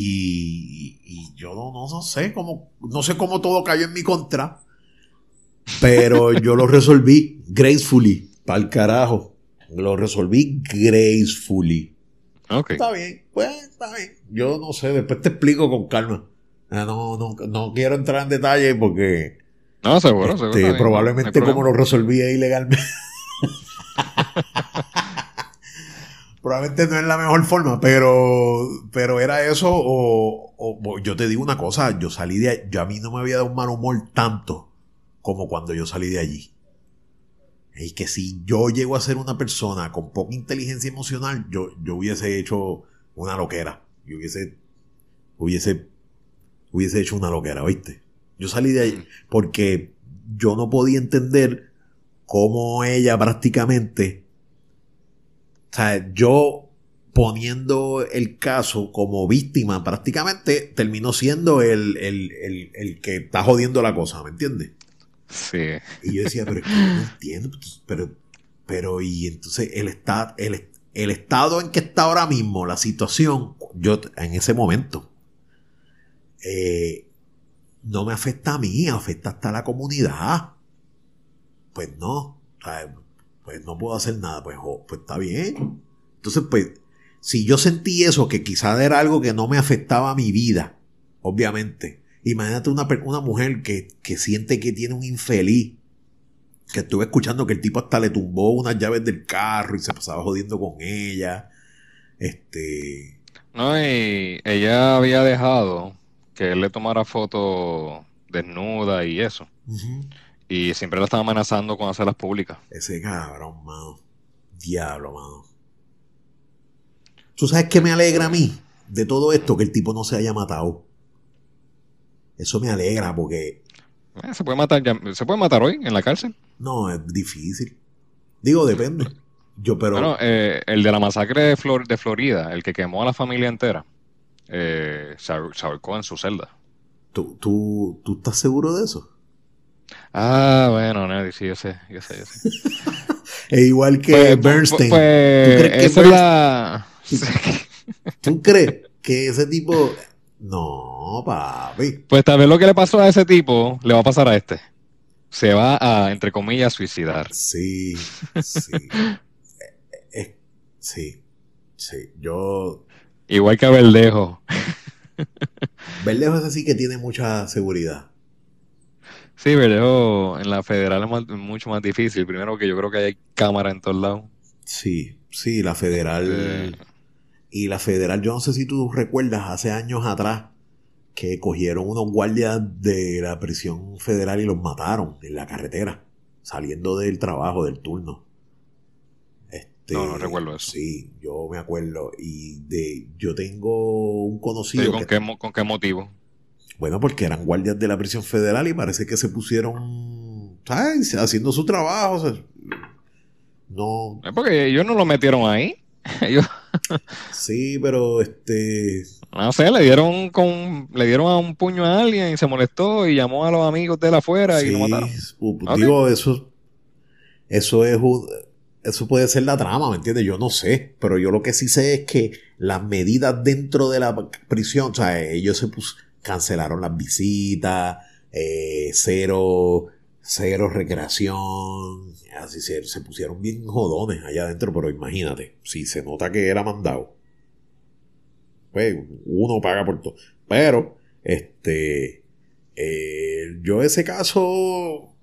Speaker 3: y, y yo no, no, no sé cómo, no sé cómo todo cayó en mi contra, pero yo lo resolví gracefully, pa'l carajo. Lo resolví gracefully.
Speaker 2: Ok.
Speaker 3: Está bien, pues está bien. Yo no sé, después te explico con calma. Ah, No, no, no quiero entrar en detalle porque
Speaker 2: No, seguro, seguro.
Speaker 3: este,
Speaker 2: Está bien, no, no hay
Speaker 3: probablemente como
Speaker 2: problema.
Speaker 3: lo resolví ilegalmente. Probablemente no es la mejor forma, pero, pero era eso o, o- yo te digo una cosa, yo salí de ahí- yo a mí no me había dado un mal humor tanto como cuando yo salí de allí. Y que si yo llego a ser una persona con poca inteligencia emocional, yo, yo hubiese hecho una loquera. Yo hubiese, hubiese, hubiese hecho una loquera, ¿oíste? Yo salí de ahí porque yo no podía entender cómo ella prácticamente, o sea, yo poniendo el caso como víctima, prácticamente terminó siendo el, el, el, el que está jodiendo la cosa, ¿me entiendes?
Speaker 2: Sí.
Speaker 3: Y yo decía, pero es que yo no entiendo, pero, pero y entonces el, esta, el, el estado en que está ahora mismo, la situación, yo en ese momento, eh, no me afecta a mí, afecta hasta a la comunidad. Pues no, pues no puedo hacer nada, pues, oh, pues está bien. Entonces, pues, si yo sentí eso, que quizás era algo que no me afectaba a mi vida, obviamente. Imagínate una, una mujer que, que siente que tiene un infeliz, que estuve escuchando que el tipo hasta le tumbó unas llaves del carro y se pasaba jodiendo con ella. Este...
Speaker 2: No, y ella había dejado que él le tomara fotos desnuda y eso.
Speaker 3: Uh-huh.
Speaker 2: Y siempre la estaba amenazando con hacerlas públicas.
Speaker 3: Ese cabrón, mano. Diablo, mano. ¿Tú sabes qué me alegra a mí de todo esto? Que el tipo no se haya matado. Eso me alegra porque...
Speaker 2: Eh, ¿Se puede matar ya, se puede matar hoy en la cárcel?
Speaker 3: No, es difícil. Digo, depende. Yo, pero...
Speaker 2: Bueno, eh, el de la masacre de, Flor, de Florida, el que quemó a la familia entera, eh, se, ahor- se ahorcó en su celda.
Speaker 3: ¿tú, tú, ¿Tú estás seguro de eso?
Speaker 2: Ah, bueno, Nelly, sí, yo sé, yo sé, yo sé.
Speaker 3: Es igual que
Speaker 2: Pues,
Speaker 3: Bernstein.
Speaker 2: pues,
Speaker 3: ¿Tú crees que
Speaker 2: esa es
Speaker 3: Bernstein-
Speaker 2: la...
Speaker 3: ¿Tú crees que ese tipo... No, papi.
Speaker 2: Pues tal vez lo que le pasó a ese tipo le va a pasar a este. Se va a, entre comillas, suicidar.
Speaker 3: Sí, sí. Eh, eh, sí, sí. Yo...
Speaker 2: Igual que a Verdejo.
Speaker 3: Verdejo es así que tiene mucha seguridad.
Speaker 2: Sí, Verdejo en la federal es más- mucho más difícil. Primero que yo creo que hay cámara en todos lados.
Speaker 3: Sí, sí, la federal...
Speaker 2: Este,
Speaker 3: Y la federal, yo no sé si tú recuerdas, hace años atrás, que cogieron unos guardias de la prisión federal y los mataron en la carretera, saliendo del trabajo, del turno. Este,
Speaker 2: No, no recuerdo eso.
Speaker 3: Sí, yo me acuerdo. Y de yo tengo un conocido
Speaker 2: sí, ¿con
Speaker 3: que...
Speaker 2: qué, mo- con qué motivo?
Speaker 3: Bueno, porque eran guardias de la prisión federal y parece que se pusieron, ¿sabes? Haciendo su trabajo. O sea, no...
Speaker 2: Es porque ellos no lo metieron ahí. Ellos,
Speaker 3: Sí, pero este...
Speaker 2: no sé, le dieron con, le dieron a un puño a alguien y se molestó y llamó a los amigos de él afuera y
Speaker 3: Sí,
Speaker 2: lo mataron.
Speaker 3: u-
Speaker 2: Ok.
Speaker 3: digo, eso, eso es un- eso puede ser la trama, ¿me entiendes? Yo no sé, pero yo lo que sí sé es que las medidas dentro de la prisión, o sea, ellos se pus- cancelaron las visitas, eh, cero, cero recreación, así se, se pusieron bien jodones allá adentro, pero imagínate, si se nota que era mandado, pues uno paga por todo. Pero, este, eh, yo ese caso,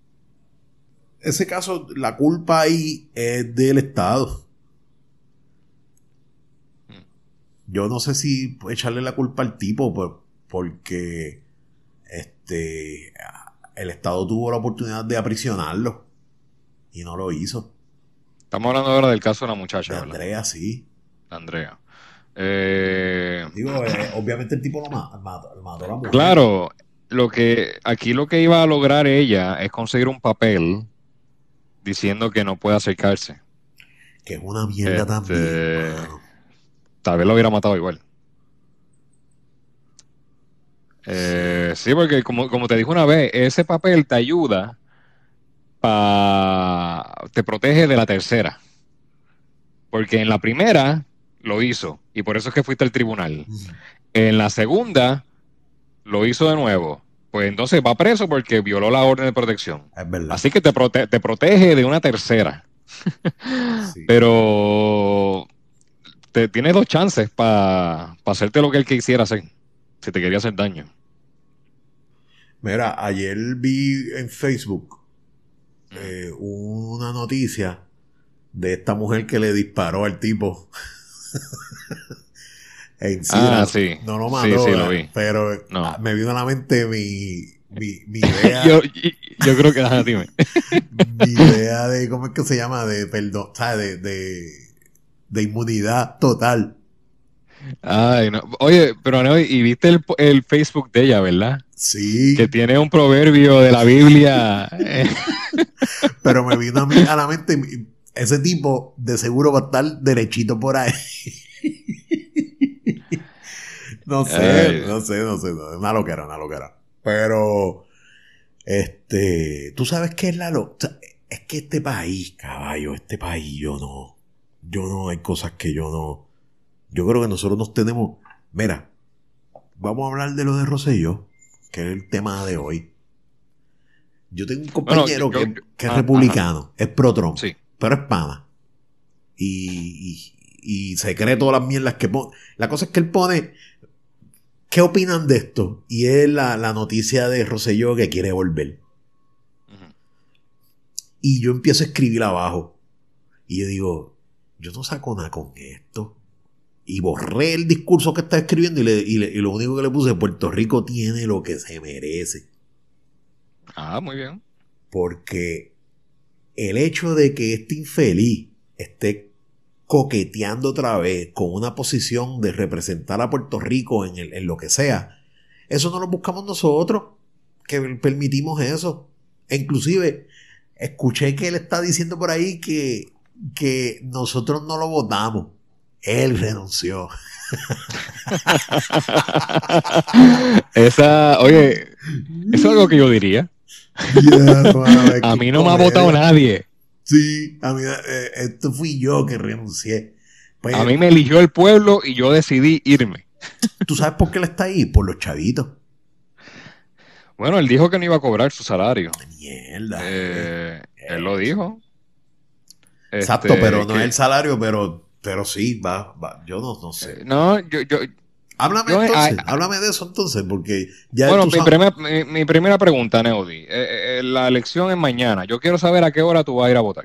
Speaker 3: ese caso, la culpa ahí es del Estado. Yo no sé si echarle la culpa al tipo, pues, porque este, el Estado tuvo la oportunidad de aprisionarlo y no lo hizo.
Speaker 2: Estamos hablando ahora del caso de la
Speaker 3: De
Speaker 2: muchacha, ¿verdad?
Speaker 3: Andrea, sí.
Speaker 2: De Andrea. Eh,
Speaker 3: Digo, eh, obviamente el tipo lo ma- mató, mató a la mujer.
Speaker 2: claro, lo que aquí lo que iba a lograr ella es conseguir un papel diciendo que no puede acercarse.
Speaker 3: Que es una mierda
Speaker 2: Este,
Speaker 3: también, mano.
Speaker 2: Tal vez lo hubiera matado igual. Eh, sí, porque como, como te dije una vez, ese papel te ayuda pa, te protege de la tercera. Porque en la primera lo hizo y por eso es que fuiste al tribunal. En la segunda lo hizo de nuevo. Pues entonces va preso porque violó la orden de protección.
Speaker 3: Es verdad.
Speaker 2: Así que te, prote- te protege de una tercera.
Speaker 3: Sí.
Speaker 2: Pero te, tienes dos chances para hacerte lo que él quisiera hacer. Si te quería hacer daño.
Speaker 3: Mira, ayer vi en Facebook eh, una noticia de esta mujer que le disparó al tipo. En sí,
Speaker 2: Ah,
Speaker 3: no-
Speaker 2: sí.
Speaker 3: no lo
Speaker 2: Sí,
Speaker 3: mató,
Speaker 2: sí, lo
Speaker 3: eh,
Speaker 2: vi.
Speaker 3: pero
Speaker 2: No.
Speaker 3: ah, me vino a la mente mi, mi, mi idea,
Speaker 2: Yo, yo creo que, ajá, dime.
Speaker 3: mi idea de, ¿cómo es que se llama? De perdón, ¿sabes? De, de, de inmunidad total.
Speaker 2: Ay, no. Oye, pero no, y viste el, el Facebook de ella, ¿verdad?
Speaker 3: Sí,
Speaker 2: Que tiene un proverbio de la Biblia. Eh,
Speaker 3: pero me vino a, mí, a la mente, mi- ese tipo de seguro va a estar derechito por ahí. No sé,
Speaker 2: Ay,
Speaker 3: no sé, no sé, no, una loquera, una loquera. Pero, este, tú sabes qué es la lo, o sea, es que este país, caballo, este país, yo no, yo no, hay cosas que yo no, yo creo que nosotros nos tenemos, mira, vamos a hablar de lo de Rosselló, que es el tema de hoy. Yo tengo un
Speaker 2: bueno,
Speaker 3: compañero
Speaker 2: yo,
Speaker 3: que,
Speaker 2: yo-
Speaker 3: que es
Speaker 2: ah,
Speaker 3: republicano, es pro Trump,
Speaker 2: sí.
Speaker 3: pero es pana. Y, y, y se cree todas las mierdas que pone. La cosa es que él pone, ¿qué opinan de esto? Y es la, la noticia de Rosselló que quiere volver.
Speaker 2: Ujú.
Speaker 3: Y yo empiezo a escribir abajo. Y yo digo, yo no saco nada con esto. Y borré el discurso que está escribiendo y, le, y, le, y lo único que le puse, Puerto Rico tiene lo que se merece.
Speaker 2: Ah, muy bien.
Speaker 3: Porque el hecho de que este infeliz esté coqueteando otra vez con una posición de representar a Puerto Rico en, el, en lo que sea, eso no lo buscamos nosotros, que permitimos eso. E inclusive, escuché que él está diciendo por ahí que, que nosotros no lo votamos. Él renunció.
Speaker 2: Esa, oye, eso es algo que yo diría.
Speaker 3: Yeah, mano, es
Speaker 2: A
Speaker 3: que
Speaker 2: mí no me ha votado
Speaker 3: comedia.
Speaker 2: nadie.
Speaker 3: Sí, a mí, eh, esto fui yo que renuncié. Pues,
Speaker 2: A mí me eligió el pueblo y yo decidí irme.
Speaker 3: ¿tú sabes por qué él está ahí? Por los chavitos.
Speaker 2: Bueno, él dijo que no iba a cobrar su salario.
Speaker 3: Mierda. eh.
Speaker 2: Eh, él lo dijo.
Speaker 3: Exacto,
Speaker 2: Este,
Speaker 3: pero no
Speaker 2: que-
Speaker 3: es el salario, pero, pero sí, va, va. Yo no, no sé.
Speaker 2: eh, no, yo, yo,
Speaker 3: Háblame
Speaker 2: yo,
Speaker 3: entonces,
Speaker 2: ah,
Speaker 3: háblame de eso entonces, porque ya
Speaker 2: bueno,
Speaker 3: tú
Speaker 2: mi,
Speaker 3: sabes.
Speaker 2: primer- mi, mi primera pregunta, Neudi. Eh, eh, la elección es mañana. Yo quiero saber a qué hora tú vas a ir a votar.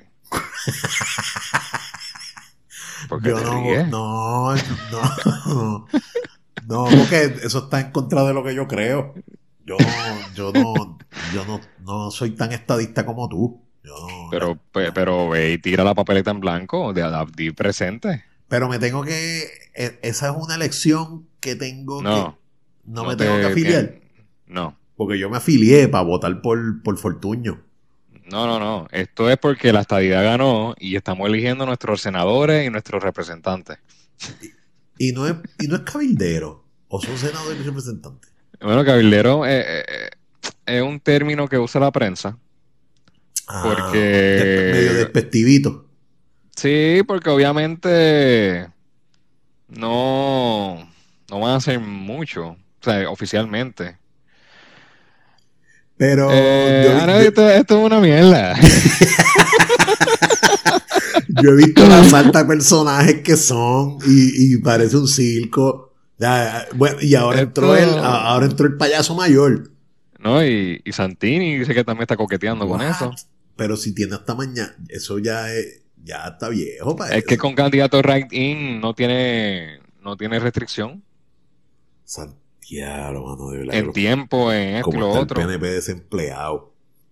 Speaker 2: Porque
Speaker 3: Yo
Speaker 2: te
Speaker 3: no,
Speaker 2: ríes.
Speaker 3: no, no, no, porque eso está en contra de lo que yo creo. Yo no, yo no, yo no, no soy tan estadista como tú. Yo no,
Speaker 2: Pero,
Speaker 3: la-
Speaker 2: pe- pero ve y tira la papeleta en blanco de Abdi presente.
Speaker 3: pero me tengo que, e- esa es una elección que tengo que,
Speaker 2: No,
Speaker 3: no,
Speaker 2: no
Speaker 3: me tengo que
Speaker 2: te
Speaker 3: afiliar,
Speaker 2: tien- No,
Speaker 3: porque yo me afilié para votar por, por Fortuño.
Speaker 2: no, no, no. Esto es porque la estadidad ganó y estamos eligiendo nuestros senadores y nuestros representantes.
Speaker 3: Y no es, y no es cabildero, o son senadores y representantes.
Speaker 2: Bueno, cabildero eh, eh, eh, es un término que usa la prensa.
Speaker 3: Ah,
Speaker 2: Porque-
Speaker 3: despe- medio despectivito.
Speaker 2: Sí, porque obviamente no, no van a hacer mucho, o sea, oficialmente.
Speaker 3: Pero
Speaker 2: Eh,
Speaker 3: yo, vi-
Speaker 2: ah, no,
Speaker 3: yo-
Speaker 2: esto, esto es una mierda.
Speaker 3: yo he visto la falta de personajes que son y, y parece un circo. Ya, bueno, y ahora entró
Speaker 2: Esto-
Speaker 3: el, a- ahora entró el payaso mayor.
Speaker 2: ¿No? Y, y Santini dice que también está coqueteando con
Speaker 3: What?
Speaker 2: eso.
Speaker 3: Pero si tiene hasta mañana, eso ya es, ya está viejo para
Speaker 2: Es
Speaker 3: eso.
Speaker 2: que con candidato right-in no tiene, no tiene restricción
Speaker 3: Santiago, mano, de verdad. que
Speaker 2: en
Speaker 3: lo-
Speaker 2: tiempo, en esto y
Speaker 3: como
Speaker 2: lo
Speaker 3: está el
Speaker 2: otro.
Speaker 3: P N P desempleado.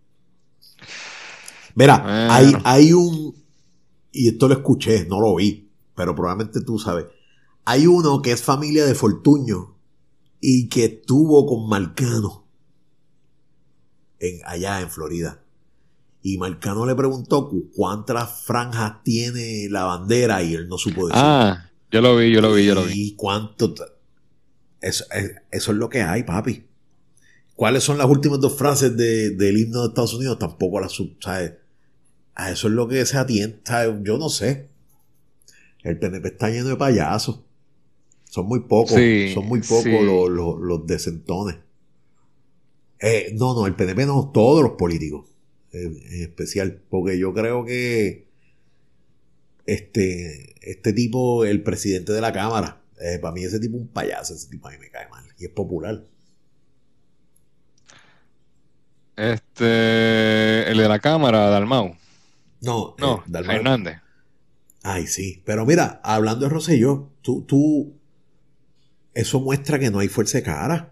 Speaker 3: Mira,
Speaker 2: Bueno.
Speaker 3: hay, hay un, y esto lo escuché, no lo vi, pero probablemente tú sabes. Hay uno que es familia de Fortuño y que estuvo con Marcano en, allá en Florida. Y Marcano le preguntó cu- cuántas franjas tiene la bandera y él no supo decir.
Speaker 2: Ah, yo lo vi, yo lo vi, yo lo vi.
Speaker 3: ¿Y cuánto? t- Eso, es- eso es lo que hay, papi. ¿Cuáles son las últimas dos frases de- del himno de Estados Unidos? Tampoco las sub, ¿sabes? A eso es lo que se atiende, ¿sabes? Yo no sé. El P N P está lleno de payasos. Son muy pocos,
Speaker 2: Sí,
Speaker 3: son muy pocos
Speaker 2: sí.
Speaker 3: los, los, los decentones. Eh, no, no, el P N P no, todos los políticos, en, en especial, porque yo creo que este, este tipo, el presidente de la Cámara, eh, para mí ese tipo es un payaso, ese tipo a mí me cae mal, y es popular.
Speaker 2: Este, el de la cámara, Dalmau.
Speaker 3: No,
Speaker 2: No,
Speaker 3: eh, Dalmau-
Speaker 2: Hernández.
Speaker 3: Ay, sí, pero mira, hablando de Rosselló, tú, tú, eso muestra que no hay fuerza de cara.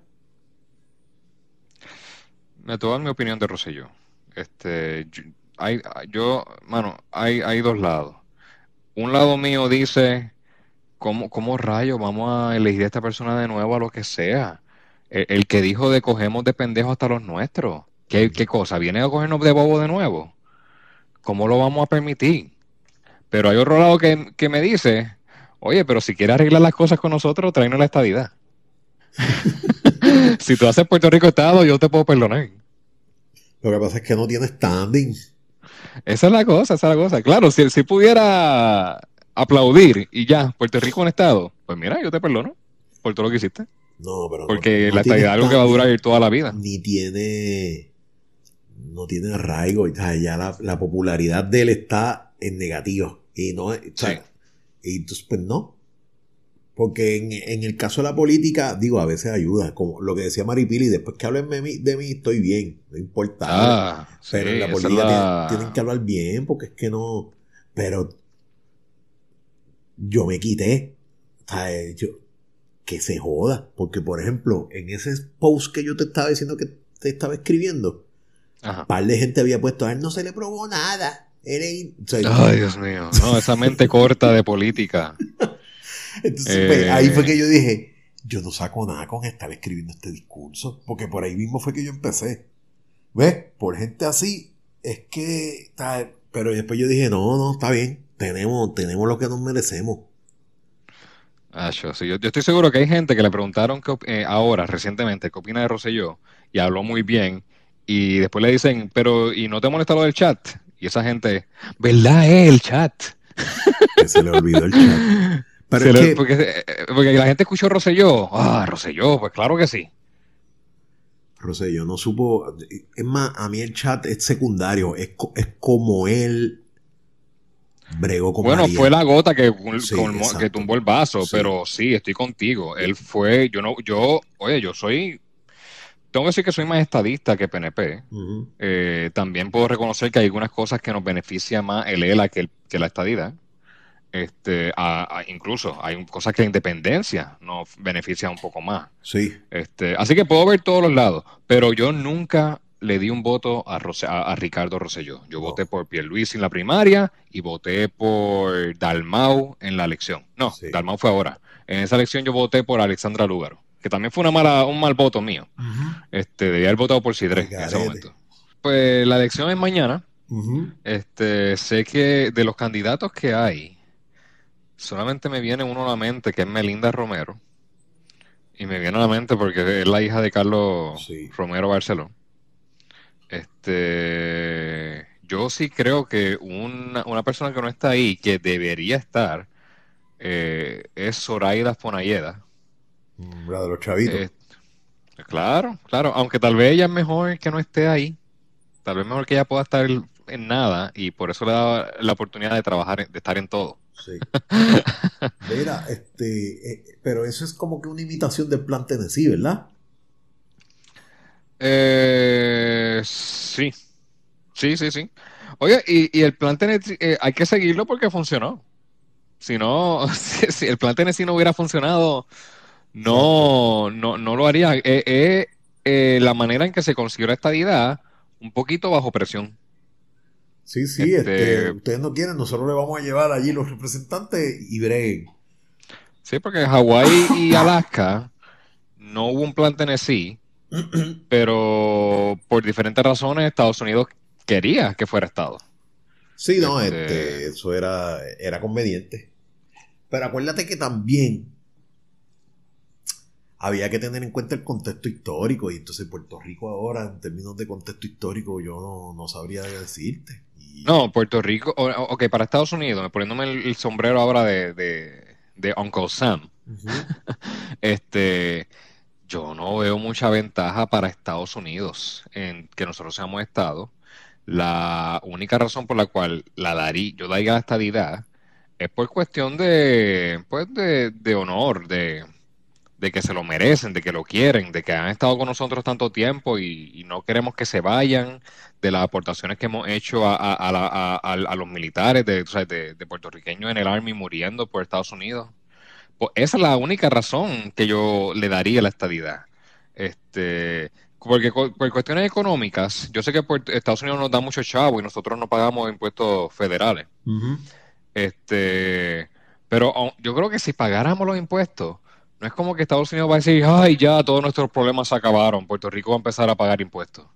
Speaker 2: Me te voy a dar mi opinión de Rosselló. Este, yo, hay, yo, mano, hay, hay dos lados. Un lado mío dice, ¿cómo, cómo rayos vamos a elegir a esta persona de nuevo a lo que sea? El, el que dijo de cogemos de pendejos hasta los nuestros. ¿Qué, qué cosa? ¿Viene a cogernos de bobo de nuevo? ¿Cómo lo vamos a permitir? Pero hay otro lado que, que me dice, oye, pero si quieres arreglar las cosas con nosotros, tráenos la estadidad. Si tú haces Puerto Rico Estado, yo te puedo perdonar.
Speaker 3: Lo que pasa es que no tiene standing.
Speaker 2: Esa es la cosa, esa es la cosa. Claro, si, si pudiera aplaudir y ya, Puerto Rico un Estado, pues mira, yo te perdono por todo lo que hiciste.
Speaker 3: No, pero no,
Speaker 2: Porque
Speaker 3: no
Speaker 2: la
Speaker 3: tiene
Speaker 2: estadidad es algo que va a
Speaker 3: standing,
Speaker 2: durar toda la vida.
Speaker 3: ni tiene, no tiene arraigo. O sea, ya la, la popularidad de él está en negativo. Y no, o sea,
Speaker 2: Sí.
Speaker 3: y entonces, pues no. Porque en, en el caso de la política, digo, a veces ayuda. Como lo que decía Maripili, después que hablen de mí, de mí estoy bien, no importa.
Speaker 2: Ah,
Speaker 3: Pero
Speaker 2: sí,
Speaker 3: en la
Speaker 2: esa es
Speaker 3: política
Speaker 2: la-
Speaker 3: tienen, tienen que hablar bien, porque es que no. Pero yo me quité. O sea, eh, yo, que se joda. Porque, por ejemplo, en ese post que yo te estaba diciendo que te estaba escribiendo,
Speaker 2: Ajá.
Speaker 3: un par de gente había puesto, a él no se le probó nada. Él es- o sea,
Speaker 2: Ay, Dios mío. No, esa mente corta de política.
Speaker 3: entonces,
Speaker 2: Eh,
Speaker 3: pues, ahí fue que yo dije, yo no saco nada con estar escribiendo este discurso. Porque por ahí mismo fue que yo empecé. ¿Ves? Por gente así, es que está. Pero después yo dije, no, no, está bien. Tenemos, tenemos lo que nos merecemos.
Speaker 2: Ah, yo, sí, yo, yo estoy seguro que hay gente que le preguntaron qué op- eh, ahora, recientemente, qué opina de Rosselló, y habló muy bien, y después le dicen, pero, ¿y no te molesta lo del chat? Y esa gente, ¿verdad es el chat?
Speaker 3: Que se le olvidó el chat. Pero
Speaker 2: Se
Speaker 3: es
Speaker 2: le-
Speaker 3: que,
Speaker 2: porque, eh, porque la gente escuchó Rosselló. Ah, Rosselló, pues claro que sí.
Speaker 3: Rosselló no supo. Es más, a mí el chat es secundario. Es, co- es como él bregó con
Speaker 2: Bueno,
Speaker 3: María.
Speaker 2: fue la gota que,
Speaker 3: Sí,
Speaker 2: colmó-
Speaker 3: exacto.
Speaker 2: que tumbó el vaso,
Speaker 3: Sí.
Speaker 2: pero sí, estoy contigo. Él fue, yo no, yo, oye, yo soy, tengo que decir que soy más estadista que P N P.
Speaker 3: Ujú.
Speaker 2: Eh, también puedo reconocer que hay algunas cosas que nos beneficia más el E L A que, el- que la estadidad. Este, a- a- incluso hay cosas que la independencia nos beneficia un poco más.
Speaker 3: Sí.
Speaker 2: Este, así que puedo ver todos los lados, pero yo nunca le di un voto a, Rose- a, a Ricardo Rosselló. Yo
Speaker 3: No.
Speaker 2: voté por Pierluisi en la primaria y voté por Dalmau en la elección. No,
Speaker 3: Sí.
Speaker 2: Dalmau fue ahora. En esa elección yo voté por Alexandra Lúgaro, que también fue una mala, un mal voto mío. Este, debía haber votado por Sidré
Speaker 3: Al
Speaker 2: en ese
Speaker 3: garete.
Speaker 2: momento. Pues la elección es mañana.
Speaker 3: Ujú.
Speaker 2: Este, sé que de los candidatos que hay, solamente me viene uno a la mente, que es Melinda Romero. Y me viene a la mente porque es la hija de Carlos
Speaker 3: Sí.
Speaker 2: Romero Barceló. Este, yo sí creo que una, una persona que no está ahí, que debería estar, eh, es Zoraida Fonalleda.
Speaker 3: Mm, La de los chavitos.
Speaker 2: Eh, claro, claro, aunque tal vez ella es mejor que no esté ahí. Tal vez mejor que ella pueda estar en nada y por eso le da la oportunidad de trabajar, de estar en todo.
Speaker 3: Sí. Mira, este, eh, pero eso es como que una imitación del plan Tennessee, ¿verdad?
Speaker 2: Eh, sí, sí, sí, sí. Oye, y, y el plan Tennessee, eh, hay que seguirlo porque funcionó. Si no, si, si el plan Tennessee no hubiera funcionado, no, no, no lo haría. Eh, eh, eh, la manera en que se consiguió la estadidad, un poquito bajo presión.
Speaker 3: Sí, sí, este,
Speaker 2: Este,
Speaker 3: ustedes no quieren, nosotros le vamos a llevar allí los representantes y breguen.
Speaker 2: sí, porque en Hawái y Alaska no hubo un plan Tennessee, pero por diferentes razones Estados Unidos quería que fuera Estado.
Speaker 3: Sí, no,
Speaker 2: Este-
Speaker 3: este, eso era, era conveniente. Pero acuérdate que también había que tener en cuenta el contexto histórico. Y entonces Puerto Rico ahora, en términos de contexto histórico, yo no, no sabría decirte. Y-
Speaker 2: No, Puerto Rico, o- o- ok, para Estados Unidos, poniéndome el, el sombrero ahora de, de, de Uncle Sam,
Speaker 3: Ujú.
Speaker 2: este, yo no veo mucha ventaja para Estados Unidos en que nosotros seamos Estado. La única razón por la cual la darí, yo daría la estadidad es por cuestión de, pues, de, de honor, de, de que se lo merecen, de que lo quieren, de que han estado con nosotros tanto tiempo y, y no queremos que se vayan, de las aportaciones que hemos hecho a, a- a la- a- a- a los militares, de, o sea, de, de puertorriqueños en el Army muriendo por Estados Unidos. Pues esa es la única razón que yo le daría la estadidad. Este, porque cu- por cuestiones económicas, yo sé que Puerto- Estados Unidos nos da mucho chavo y nosotros no pagamos impuestos federales.
Speaker 3: Ujú.
Speaker 2: Este, pero au- yo creo que si pagáramos los impuestos, no es como que Estados Unidos va a decir, ay, ya todos nuestros problemas se acabaron, Puerto Rico va a empezar a pagar impuestos.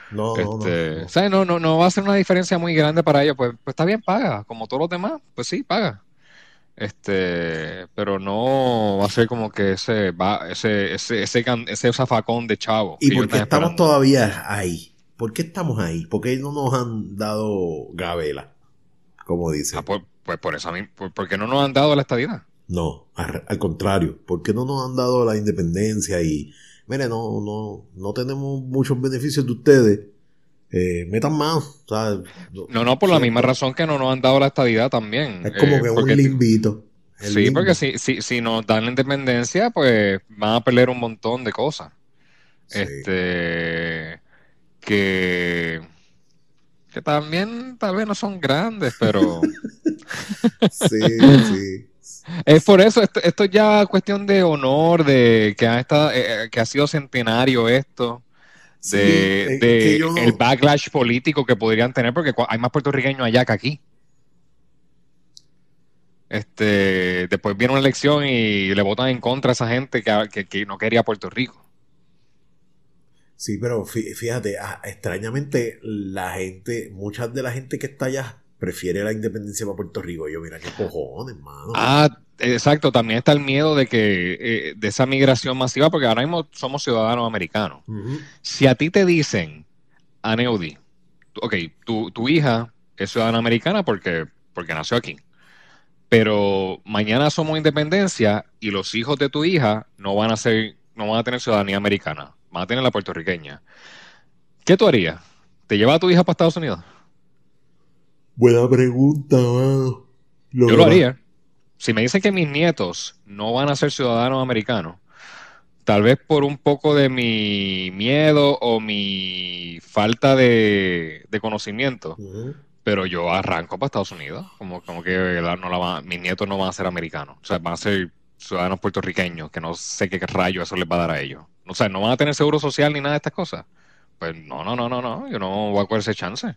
Speaker 3: No, no, no,
Speaker 2: Este,
Speaker 3: no.
Speaker 2: ¿sabes? No, no, no va a ser una diferencia muy grande para ellos. Pues, pues está bien, paga. Como todos los demás, pues sí, paga. Este, pero no va a ser como que ese va, ese, ese, ese, can- ese zafacón de chavos
Speaker 3: ¿Y
Speaker 2: que ellos
Speaker 3: por qué
Speaker 2: están
Speaker 3: estamos
Speaker 2: esperando.
Speaker 3: todavía ahí? ¿Por qué estamos ahí? ¿Por qué no nos han dado gabela, como
Speaker 2: Ah,
Speaker 3: dicen?
Speaker 2: pues, pues por eso a mí, por, ¿por qué no nos han dado la estadidad?
Speaker 3: No, al, al contrario. ¿Por qué no nos han dado la independencia? Y, mire, no, no, no tenemos muchos beneficios de ustedes. Eh, metan más, o sea, no,
Speaker 2: No, no, por la misma
Speaker 3: siento.
Speaker 2: razón que no nos han dado la estadidad también.
Speaker 3: Es como
Speaker 2: Eh,
Speaker 3: que un
Speaker 2: porque, t-
Speaker 3: limbito, el
Speaker 2: sí, porque
Speaker 3: limbo.
Speaker 2: si, si, si nos dan la independencia, pues van a perder un montón de cosas.
Speaker 3: Sí,
Speaker 2: Este, que, que también tal vez no son grandes, pero
Speaker 3: sí, sí.
Speaker 2: es por eso, esto, esto es ya cuestión de honor, de que ha estado, eh, eh, que ha sido centenario esto,
Speaker 3: Sí,
Speaker 2: de,
Speaker 3: es que
Speaker 2: de
Speaker 3: yo
Speaker 2: el
Speaker 3: no.
Speaker 2: backlash político que podrían tener, porque cua- hay más puertorriqueños allá que aquí. Este, después viene una elección y le votan en contra a esa gente que, que, que no quería Puerto Rico.
Speaker 3: Sí, pero fí- fíjate, ah, extrañamente la gente, muchas de la gente que está allá prefiere la independencia para Puerto Rico. Yo, mira, qué cojones, mano.
Speaker 2: Ah, exacto, también está el miedo de que eh, de esa migración masiva, porque ahora mismo somos ciudadanos americanos.
Speaker 3: Ujú.
Speaker 2: Si a ti te dicen, Aneudi, ok, tu, tu hija es ciudadana americana porque, porque nació aquí, pero mañana somos independencia y los hijos de tu hija no van a ser, no van a tener ciudadanía americana, van a tener la puertorriqueña. ¿Qué tú harías? ¿Te llevas a tu hija para Estados Unidos?
Speaker 3: Buena pregunta, mano. Lo
Speaker 2: Yo
Speaker 3: que
Speaker 2: lo
Speaker 3: pasa.
Speaker 2: haría. Si me dicen que mis nietos no van a ser ciudadanos americanos, tal vez por un poco de mi miedo o mi falta de, de conocimiento,
Speaker 3: Ujú.
Speaker 2: pero yo arranco para Estados Unidos, como, como que la- no la va- mis nietos no van a ser americanos, o sea, van a ser ciudadanos puertorriqueños, que no sé qué rayo eso les va a dar a ellos. O sea, no van a tener seguro social ni nada de estas cosas. Pues no, no, no, no, no, yo no voy a coger ese chance,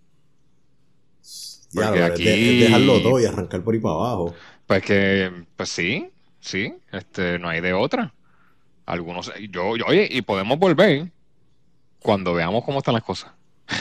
Speaker 3: Ya,
Speaker 2: porque
Speaker 3: lo es, de- es dejarlo
Speaker 2: aquí,
Speaker 3: todo y arrancar por ahí para abajo.
Speaker 2: pues que, pues sí, sí, este, no hay de otra. Algunos, yo, yo, oye, y podemos volver cuando veamos cómo están las cosas.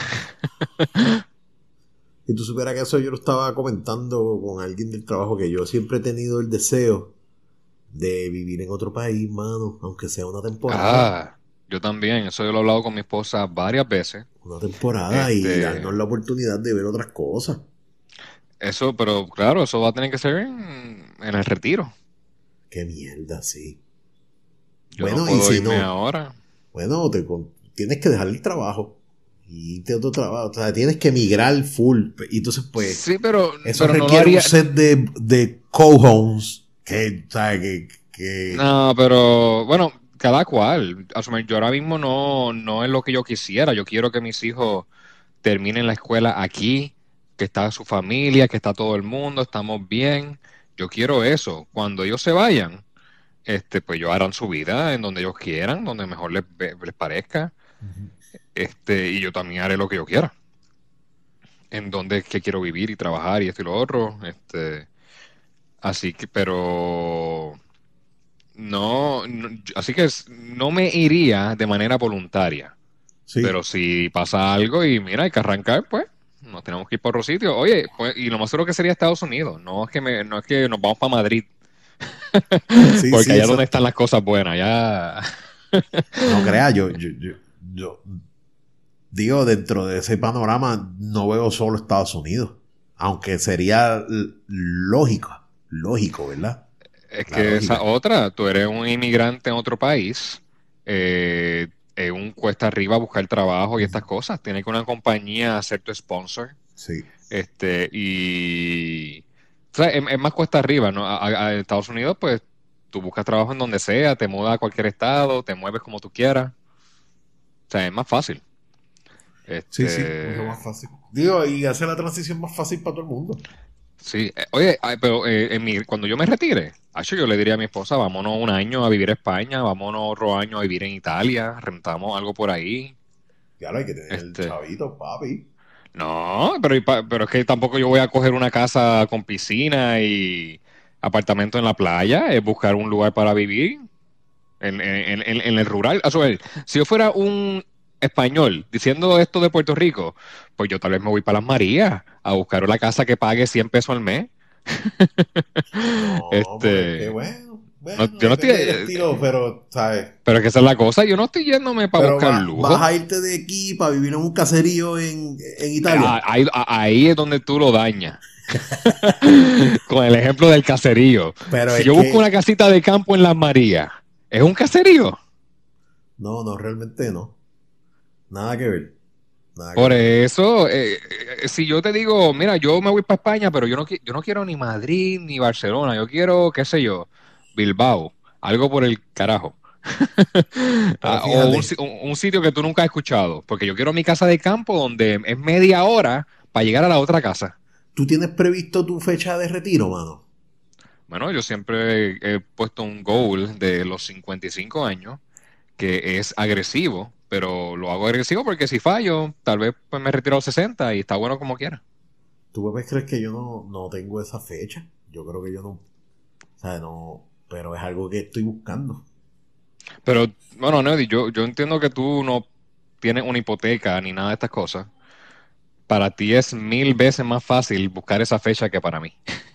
Speaker 3: Y tú supieras que eso yo lo estaba comentando con alguien del trabajo, que yo siempre he tenido el deseo de vivir en otro país, mano, aunque sea una temporada.
Speaker 2: Ah, yo también, eso yo lo he hablado con mi esposa varias veces.
Speaker 3: Una temporada y darnos
Speaker 2: Este,
Speaker 3: la oportunidad de ver otras cosas.
Speaker 2: eso, pero claro, eso va a tener que ser en, en el retiro.
Speaker 3: Qué mierda, sí.
Speaker 2: Yo no
Speaker 3: Bueno, y
Speaker 2: puedo
Speaker 3: si
Speaker 2: irme
Speaker 3: no,
Speaker 2: ahora.
Speaker 3: bueno, te, con- tienes que dejar el trabajo y irte a otro trabajo. O sea, tienes que migrar full. Y entonces, pues,
Speaker 2: Sí, pero,
Speaker 3: eso
Speaker 2: pero no lo
Speaker 3: requiere un
Speaker 2: haría.
Speaker 3: set de, de co-homes que, ¿sabes? Que, que
Speaker 2: No, pero bueno, cada cual. Asumir, yo ahora mismo no, no es lo que yo quisiera. Yo quiero que mis hijos terminen la escuela aquí, que está su familia, que está todo el mundo, estamos bien. Yo quiero eso. Cuando ellos se vayan, este, pues ellos harán su vida en donde ellos quieran, donde mejor les, ve- les parezca. Este, y yo también haré lo que yo quiera, en donde es que quiero vivir y trabajar y esto y lo otro. Este, así que, pero no, no- yo- así que es- no me iría de manera voluntaria.
Speaker 3: sí.
Speaker 2: Pero si pasa algo y mira, hay que arrancar, pues nos tenemos que ir por otro sitio. Oye, pues, y lo más seguro que sería Estados Unidos. No es que me, no es que nos vamos para Madrid,
Speaker 3: Sí,
Speaker 2: porque
Speaker 3: sí,
Speaker 2: allá es donde están
Speaker 3: exacto.
Speaker 2: las cosas buenas. Ya,
Speaker 3: No creas, yo, yo, yo, yo digo, dentro de ese panorama no veo solo Estados Unidos. Aunque sería l- lógico, lógico, ¿verdad?
Speaker 2: es
Speaker 3: La
Speaker 2: que esa
Speaker 3: lógica.
Speaker 2: otra, tú eres un inmigrante en otro país, eh, es un cuesta arriba buscar trabajo y estas cosas. Tiene que una compañía ser tu sponsor.
Speaker 3: Sí.
Speaker 2: Este, y o sea, es, es más cuesta arriba, ¿no? A, a- a Estados Unidos, pues tú buscas trabajo en donde sea, te mudas a cualquier estado, te mueves como tú quieras. O sea, es más fácil.
Speaker 3: Sí, sí, mucho
Speaker 2: Este,
Speaker 3: más fácil. Digo, y hace la transición más fácil para todo el mundo.
Speaker 2: sí. Eh, Oye, ay, pero eh, en mi- cuando yo me retire, acho, yo le diría a mi esposa, vámonos un año a vivir a España, vámonos otro año a vivir en Italia, rentamos algo por ahí.
Speaker 3: Ya lo hay que tener el
Speaker 2: Este,
Speaker 3: chavito, papi.
Speaker 2: no, pero, y pa- pero es que tampoco yo voy a coger una casa con piscina y apartamento en la playa, es buscar un lugar para vivir en, en- en- en el rural. A ver, si yo fuera un español diciendo esto de Puerto Rico, pues yo tal vez me voy para las Marías a buscar una casa que pague cien pesos al mes.
Speaker 3: No, pero es que
Speaker 2: Este,
Speaker 3: bueno,
Speaker 2: no-
Speaker 3: bueno,
Speaker 2: yo no estoy,
Speaker 3: depende del
Speaker 2: eh,
Speaker 3: estilo, pero, ¿sabes?
Speaker 2: pero es que esa es la cosa, yo no estoy yéndome para
Speaker 3: Pero
Speaker 2: buscar
Speaker 3: va- vas
Speaker 2: lujo.
Speaker 3: a irte de aquí para vivir en un caserío en, en Italia.
Speaker 2: Ah, Ahí, a- ahí es donde tú lo dañas. Con el ejemplo del caserío.
Speaker 3: Pero
Speaker 2: Si
Speaker 3: es
Speaker 2: yo busco una
Speaker 3: que,
Speaker 2: casita de campo en Las Marías, ¿es un caserío?
Speaker 3: no, no, realmente no. Nada que ver. Nada que
Speaker 2: Por
Speaker 3: ver.
Speaker 2: eso, eh, eh, si yo te digo, mira, yo me voy para España, pero yo no, qui- yo no quiero ni Madrid ni Barcelona, yo quiero, qué sé yo, Bilbao, algo por el carajo.
Speaker 3: Pero
Speaker 2: Ah, o un, si-
Speaker 3: fíjate,
Speaker 2: un- un sitio que tú nunca has escuchado, porque yo quiero mi casa de campo donde es media hora para llegar a la otra casa.
Speaker 3: ¿tú tienes previsto tu fecha de retiro, mano?
Speaker 2: Bueno, yo siempre he, he puesto un goal de los cincuenta y cinco años, que es agresivo, pero lo hago agresivo porque si fallo, tal vez pues me retiro a los sesenta y está bueno como quiera.
Speaker 3: ¿Tú puedes creer que yo no, no tengo esa fecha? Yo creo que yo no, o sea, no, pero es algo que estoy buscando.
Speaker 2: Pero, bueno, Neddy, yo, yo entiendo que tú no tienes una hipoteca ni nada de estas cosas. Para ti es mil veces más fácil buscar esa fecha que para mí.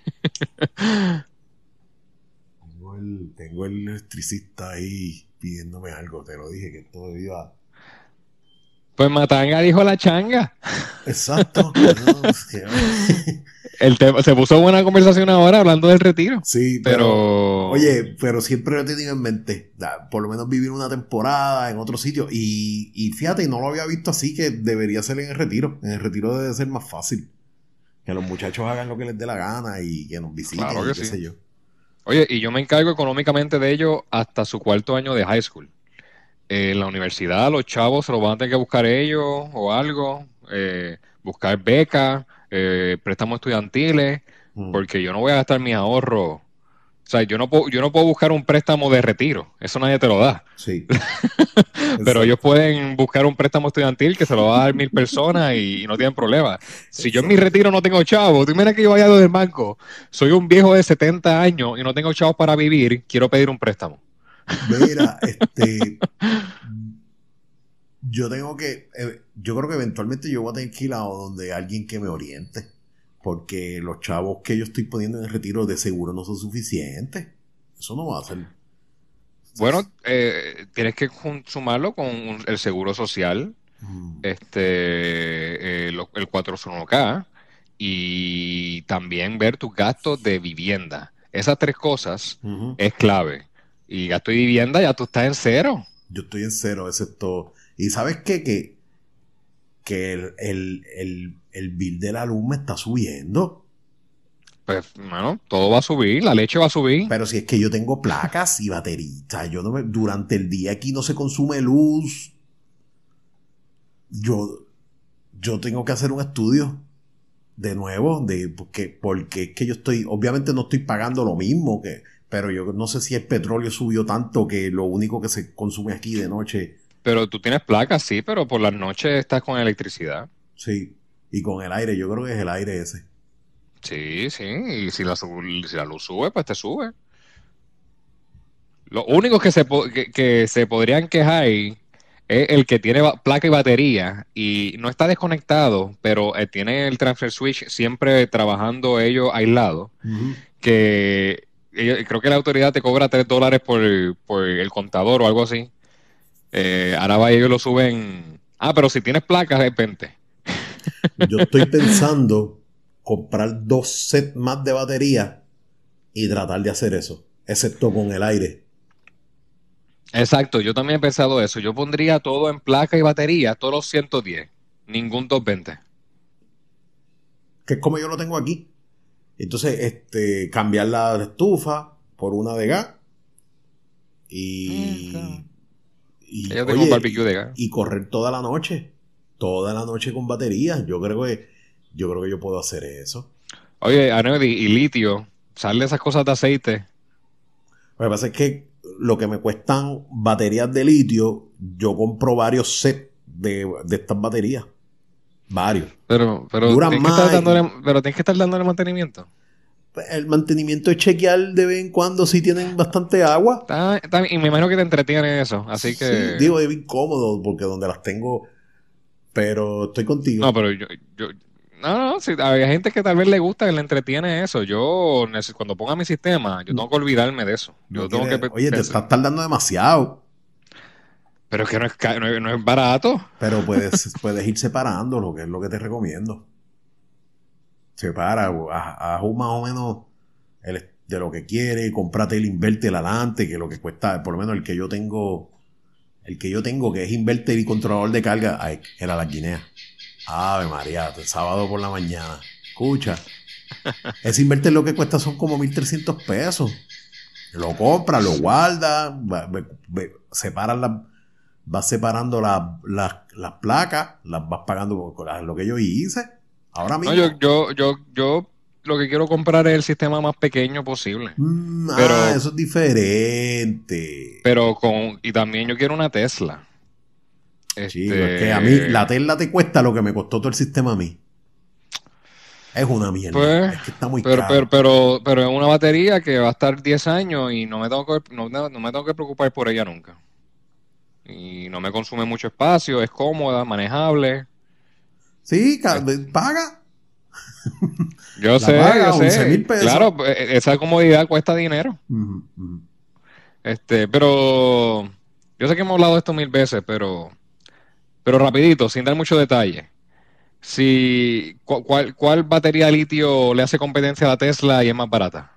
Speaker 3: Tengo el, tengo el electricista ahí pidiéndome algo, te lo dije que esto iba.
Speaker 2: Pues Matanga dijo la changa.
Speaker 3: Exacto. No, sí,
Speaker 2: El tema- se puso buena conversación ahora hablando del retiro.
Speaker 3: sí, pero,
Speaker 2: Pero,
Speaker 3: oye, pero siempre lo he tenido en mente, da, por lo menos vivir una temporada en otro sitio y, y fíjate, no lo había visto así que debería ser en el retiro. En el retiro debe ser más fácil. Que los muchachos hagan lo que les dé la gana y que nos visiten
Speaker 2: claro
Speaker 3: y
Speaker 2: que
Speaker 3: qué
Speaker 2: sí.
Speaker 3: sé yo.
Speaker 2: Oye, y yo me encargo económicamente de ello hasta su cuarto año de high school. Eh, en la universidad los chavos se lo van a tener que buscar ellos o algo, eh, buscar becas, eh, préstamos estudiantiles,
Speaker 3: Mm,
Speaker 2: porque yo no voy a gastar mis ahorros. O sea, yo no puedo, yo no puedo buscar un préstamo de retiro, eso nadie te lo da.
Speaker 3: sí,
Speaker 2: Pero ellos
Speaker 3: exacto,
Speaker 2: pueden buscar un préstamo estudiantil que se lo va a dar mil personas y, y no tienen problema. Si yo en mi
Speaker 3: exacto.
Speaker 2: retiro no tengo chavos, tú mira que yo vaya del banco, soy un viejo de setenta años y no tengo chavos para vivir, quiero pedir un préstamo.
Speaker 3: Mira, este, yo tengo que, eh, yo creo que eventualmente yo voy a tener que ir a donde alguien que me oriente, porque los chavos que yo estoy poniendo en el retiro de seguro no son suficientes. Eso no va a ser.
Speaker 2: Bueno, eh, tienes que jun- sumarlo con un- el seguro social,
Speaker 3: Mm,
Speaker 2: este, eh, lo- el cuatro cero uno K y también ver tus gastos de vivienda. Esas tres cosas
Speaker 3: ujú.
Speaker 2: es clave. Y gasto de vivienda ya tú estás en cero.
Speaker 3: Yo estoy en cero, excepto. ¿Y sabes qué? Que, que el, el, el, el bill de la luz me está subiendo.
Speaker 2: Pues, bueno, todo va a subir, la leche va a subir.
Speaker 3: Pero si es que yo tengo placas y baterías, yo no me, durante el día aquí no se consume luz. Yo, yo tengo que hacer un estudio de nuevo, de porque, porque es que yo estoy, obviamente no estoy pagando lo mismo que, pero yo no sé si el petróleo subió tanto que lo único que se consume aquí de noche,
Speaker 2: Pero tú tienes placas, sí, pero por las noches estás con electricidad.
Speaker 3: sí, y con el aire, yo creo que es el aire ese.
Speaker 2: Sí, sí, y si la, su- si la luz sube, pues te sube. Los únicos que se, po- que, que se podrían quejar es el que tiene ba- placa y batería y no está desconectado, pero eh, tiene el transfer switch siempre trabajando ellos aislados,
Speaker 3: Ujú.
Speaker 2: que ellos- creo que la autoridad te cobra tres dólares por, por el contador o algo así. Eh, ahora va y ellos lo suben. Ah, pero si tienes placas es veinte.
Speaker 3: Yo estoy pensando comprar dos sets más de batería y tratar de hacer eso, excepto con el aire.
Speaker 2: Exacto, yo también he pensado eso. Yo pondría todo en placa y batería, todos los ciento diez, ningún doscientos veinte.
Speaker 3: Que es como yo lo tengo aquí. Entonces, este, cambiar la estufa por una de gas y,
Speaker 2: Mm, claro.
Speaker 3: y,
Speaker 2: Ya tengo
Speaker 3: oye,
Speaker 2: barbecue de gas.
Speaker 3: y correr toda la noche, toda la noche con batería. Yo creo que, yo creo que yo puedo hacer eso.
Speaker 2: Oye, Anody, y litio, sale esas cosas de aceite.
Speaker 3: Lo que pasa es que lo que me cuestan baterías de litio, yo compro varios sets de, de estas baterías. Varios.
Speaker 2: Pero, pero,
Speaker 3: Duran
Speaker 2: tienes que estar
Speaker 3: más y-
Speaker 2: dándole, pero tienes que estar dándole mantenimiento.
Speaker 3: el mantenimiento es chequear de vez en cuando si tienen bastante agua.
Speaker 2: Está- está- y me imagino que te entretiene eso, así que...
Speaker 3: Sí, digo, es incómodo porque donde las tengo, pero estoy contigo.
Speaker 2: No, pero yo, yo, no, no, sí, hay gente que tal vez le gusta, que le entretiene eso. Yo, neces- cuando ponga mi sistema, yo tengo que olvidarme de eso. Yo
Speaker 3: No
Speaker 2: tengo
Speaker 3: quiere-
Speaker 2: que pe-
Speaker 3: oye, te
Speaker 2: pensar,
Speaker 3: estás tardando demasiado,
Speaker 2: pero es que no es, ca- no es, no es barato.
Speaker 3: pero puedes, puedes ir separándolo, que es lo que te recomiendo. Separa, haz, haz un más o menos el- de lo que quieres, cómprate el inverter adelante, que lo que cuesta, por lo menos el que yo tengo, el que yo tengo, que es inverter y controlador de carga, ay, era la Guinea. Ave María, el sábado por la mañana. Escucha, ese inverter lo que cuesta son como mil trescientos pesos. Lo compras, lo guardas, va- ve- ve- separas las, vas separando las, las, las placas, las vas pagando con la- lo que yo hice. Ahora
Speaker 2: No,
Speaker 3: mismo.
Speaker 2: yo, yo, yo, yo lo que quiero comprar es el sistema más pequeño posible.
Speaker 3: Mm,
Speaker 2: Pero-
Speaker 3: ah, eso es diferente.
Speaker 2: Pero con, y también yo quiero una Tesla.
Speaker 3: Chico,
Speaker 2: Este,
Speaker 3: es que a mí la Tesla te cuesta lo que me costó todo el sistema a mí. Es una mierda.
Speaker 2: Pues,
Speaker 3: es que está muy
Speaker 2: pero,
Speaker 3: caro.
Speaker 2: pero, pero, pero es una batería que va a estar diez años y no me tengo que, no, no- no me tengo que preocupar por ella nunca. Y no me consume mucho espacio, es cómoda, manejable.
Speaker 3: Sí, ca- paga.
Speaker 2: Yo
Speaker 3: La
Speaker 2: sé,
Speaker 3: paga,
Speaker 2: yo
Speaker 3: once
Speaker 2: sé.
Speaker 3: mil pesos.
Speaker 2: Claro, pues, esa comodidad cuesta dinero.
Speaker 3: Ujú, ujú.
Speaker 2: Este, pero yo sé que hemos hablado de esto mil veces, pero, pero rapidito, sin dar mucho detalle. Si, cu- cuál, ¿cuál batería de litio le hace competencia a la Tesla y es más barata?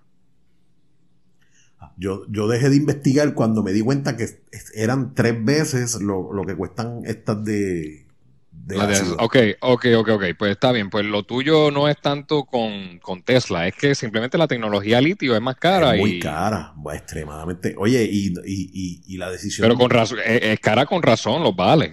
Speaker 3: Yo, yo dejé de investigar cuando me di cuenta que es- eran tres veces lo, lo que cuestan estas de, de
Speaker 2: La de-
Speaker 3: ácido.
Speaker 2: ok, ok, ok, ok. Pues está bien. Pues lo tuyo no es tanto con, con Tesla, es que simplemente la tecnología litio es más cara
Speaker 3: Es muy
Speaker 2: y,
Speaker 3: cara, va extremadamente. Oye, y, y, y, y la decisión.
Speaker 2: pero con razón, es, es cara con razón, los vale.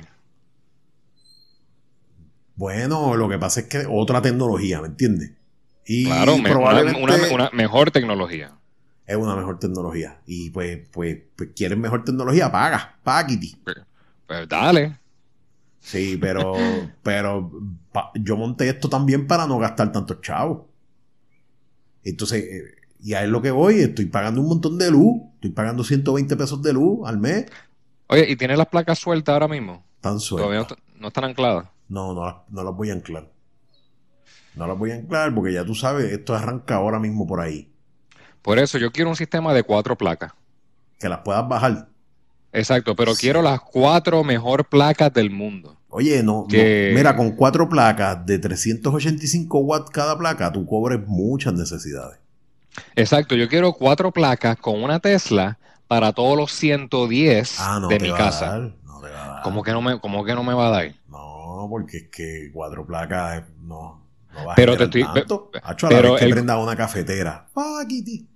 Speaker 3: Bueno, lo que pasa es que otra tecnología, ¿me entiendes? Y
Speaker 2: Claro, me- una,
Speaker 3: probablemente
Speaker 2: una- una mejor tecnología.
Speaker 3: es una mejor tecnología. Y pues, pues, pues quieres mejor tecnología, paga, paquiti.
Speaker 2: Pues dale.
Speaker 3: Sí, pero, pero pa- yo monté esto también para no gastar tantos chavos. Entonces, eh, y a es lo que voy, estoy pagando un montón de luz, estoy pagando ciento veinte pesos de luz al mes,
Speaker 2: Oye, ¿y tienes las placas sueltas ahora mismo?
Speaker 3: tan
Speaker 2: Todavía no,
Speaker 3: suelta.
Speaker 2: est- no están ancladas.
Speaker 3: No, no, las- no las voy a anclar. No las voy a anclar porque ya tú sabes, esto arranca ahora mismo por ahí.
Speaker 2: Por eso yo quiero un sistema de cuatro placas.
Speaker 3: Que las puedas bajar.
Speaker 2: Exacto, pero
Speaker 3: Sí.
Speaker 2: quiero las cuatro mejor placas del mundo.
Speaker 3: Oye, no,
Speaker 2: Que-
Speaker 3: no, mira, con cuatro placas de trescientos ochenta y cinco watts cada placa, tú cobres muchas necesidades.
Speaker 2: Exacto, yo quiero cuatro placas con una Tesla para todos los ciento diez
Speaker 3: Ah, no
Speaker 2: de
Speaker 3: te
Speaker 2: mi
Speaker 3: va
Speaker 2: casa.
Speaker 3: a dar, no te va a dar.
Speaker 2: ¿Cómo que no me, cómo que no me va a dar?
Speaker 3: No, porque es que cuatro placas eh, no, no va a
Speaker 2: Pero
Speaker 3: generar
Speaker 2: te estoy-
Speaker 3: tanto.
Speaker 2: pe-
Speaker 3: Hacho, a la
Speaker 2: pero
Speaker 3: vez que
Speaker 2: el-
Speaker 3: prenda una cafetera. Paquiti.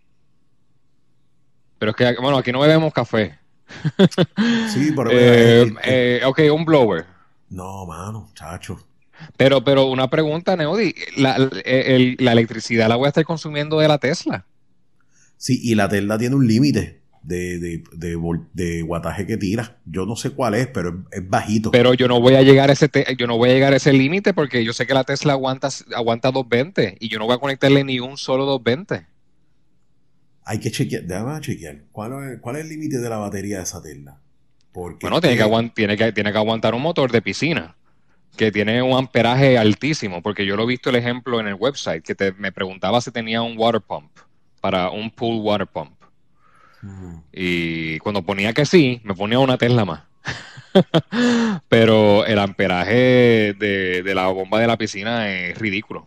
Speaker 2: Pero es que, bueno, aquí no bebemos café.
Speaker 3: Sí, pero
Speaker 2: Eh,
Speaker 3: eh, eh, eh,
Speaker 2: eh, ok, un blower.
Speaker 3: no, mano, chacho.
Speaker 2: Pero, pero una pregunta, Neody, la, el- la electricidad la voy a estar consumiendo de la Tesla.
Speaker 3: Sí, y la Tesla tiene un límite de, de, de, vol- de wattaje que tira. Yo no sé cuál es, pero es, es bajito.
Speaker 2: Pero yo no voy a llegar a ese, te- yo no voy a llegar a ese límite porque yo sé que la Tesla aguanta, aguanta doscientos veinte y yo no voy a conectarle ni un solo doscientos veinte.
Speaker 3: Hay que chequear, déjame chequear. ¿Cuál es, cuál es el límite de la batería de esa Tesla? Porque
Speaker 2: Bueno,
Speaker 3: es
Speaker 2: tiene que,
Speaker 3: que-
Speaker 2: aguant- tiene que, tiene que aguantar un motor de piscina que tiene un amperaje altísimo, porque yo lo he visto el ejemplo en el website, que te, me preguntaba si tenía un water pump, para un pool water pump.
Speaker 3: Mm.
Speaker 2: Y cuando ponía que sí, me ponía una Tesla más. Pero el amperaje de, de la bomba de la piscina es ridículo.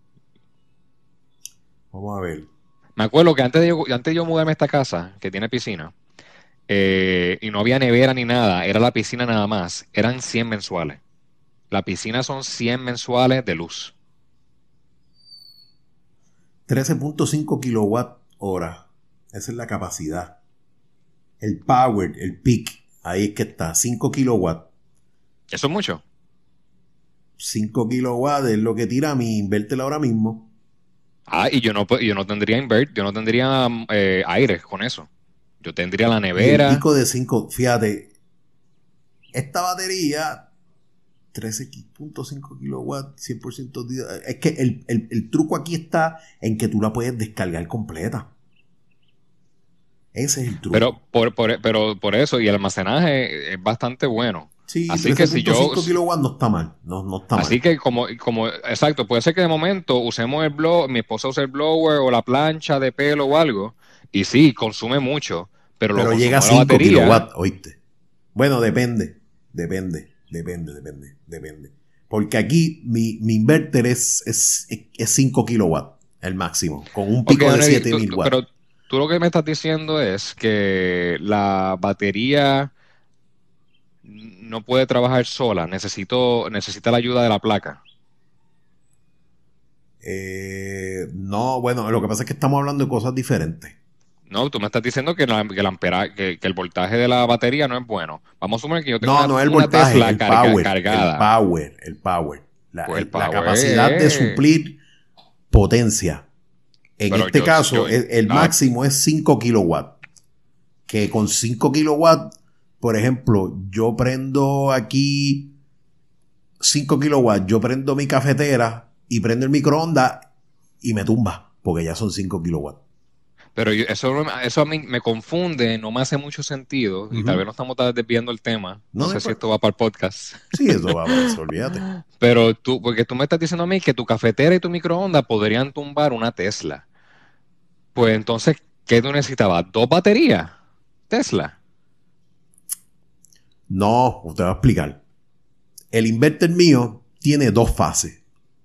Speaker 3: Vamos a ver.
Speaker 2: Me acuerdo que antes de yo, antes de yo mudarme a esta casa, que tiene piscina, eh, y no había nevera ni nada, era la piscina nada más, eran cien mensuales. La piscina son cien mensuales de luz.
Speaker 3: trece punto cinco kilowatt hora. Esa es la capacidad. El power, el peak, ahí es que está, cinco kilowatts.
Speaker 2: Eso es mucho.
Speaker 3: cinco kilowatts es lo que tira mi inverter ahora mismo.
Speaker 2: Ah, y yo no, pu- yo no tendría invert, yo no tendría eh, aire con eso. Yo tendría la
Speaker 3: Y el
Speaker 2: nevera.
Speaker 3: pico de cinco, fíjate, esta batería trece punto cinco kilowatts, cien por ciento. Es que el, el, el truco aquí está en que tú la puedes descargar completa. Ese es el truco.
Speaker 2: Pero por, por, pero por eso, y el almacenaje es bastante bueno.
Speaker 3: Sí,
Speaker 2: así que si yo
Speaker 3: trece punto cinco kilowatts no está mal. No, no está
Speaker 2: así
Speaker 3: mal.
Speaker 2: que como, como, exacto, puede ser que de momento usemos el blower, mi esposa usa el blower o la plancha de pelo o algo, y sí, consume mucho, pero,
Speaker 3: Pero
Speaker 2: lo
Speaker 3: llega a
Speaker 2: consume la
Speaker 3: cinco
Speaker 2: batería.
Speaker 3: kilowatts, ¿oíste? Bueno, depende. Depende, depende, depende, depende. Porque aquí mi, mi inverter es, es, es cinco kilowatts, el máximo, con un pico
Speaker 2: Ok,
Speaker 3: de
Speaker 2: Neri,
Speaker 3: siete
Speaker 2: tú-
Speaker 3: mil
Speaker 2: tú-
Speaker 3: watts.
Speaker 2: pero tú lo que me estás diciendo es que la batería no puede trabajar sola, necesito, necesita la ayuda de la placa.
Speaker 3: Eh, no, bueno, lo que pasa es que estamos hablando de cosas diferentes.
Speaker 2: No, tú me estás diciendo que, la- que el ampera- que, que el voltaje de la batería no es bueno. Vamos a suponer que yo tengo
Speaker 3: No,
Speaker 2: una,
Speaker 3: no es el
Speaker 2: una
Speaker 3: voltaje,
Speaker 2: Tesla
Speaker 3: el
Speaker 2: carga-
Speaker 3: power, el
Speaker 2: cargada.
Speaker 3: power, el power. La,
Speaker 2: Pues el
Speaker 3: el- la
Speaker 2: power
Speaker 3: capacidad de
Speaker 2: es-
Speaker 3: suplir potencia. En
Speaker 2: Pero
Speaker 3: este
Speaker 2: yo-
Speaker 3: caso,
Speaker 2: yo-
Speaker 3: el, el
Speaker 2: ah.
Speaker 3: máximo es cinco kilowatts. Que con cinco kilowatts, por ejemplo, yo prendo aquí cinco kilowatts, yo prendo mi cafetera y prendo el microondas y me tumba, porque ya son cinco kilowatts.
Speaker 2: Pero yo- eso, no me- eso a mí me confunde, no me hace mucho sentido, y
Speaker 3: Ujú.
Speaker 2: tal vez no estamos tan desviando el tema. No,
Speaker 3: No,
Speaker 2: sé
Speaker 3: no,
Speaker 2: si
Speaker 3: pues-
Speaker 2: esto va para el podcast.
Speaker 3: Sí, eso va a eso, olvídate.
Speaker 2: Pero tú, porque tú me estás diciendo a mí que tu cafetera y tu microondas podrían tumbar una Tesla. Pues entonces, ¿qué tú necesitabas? ¿Dos baterías? Tesla.
Speaker 3: No, te voy a explicar. El inverter mío tiene dos fases.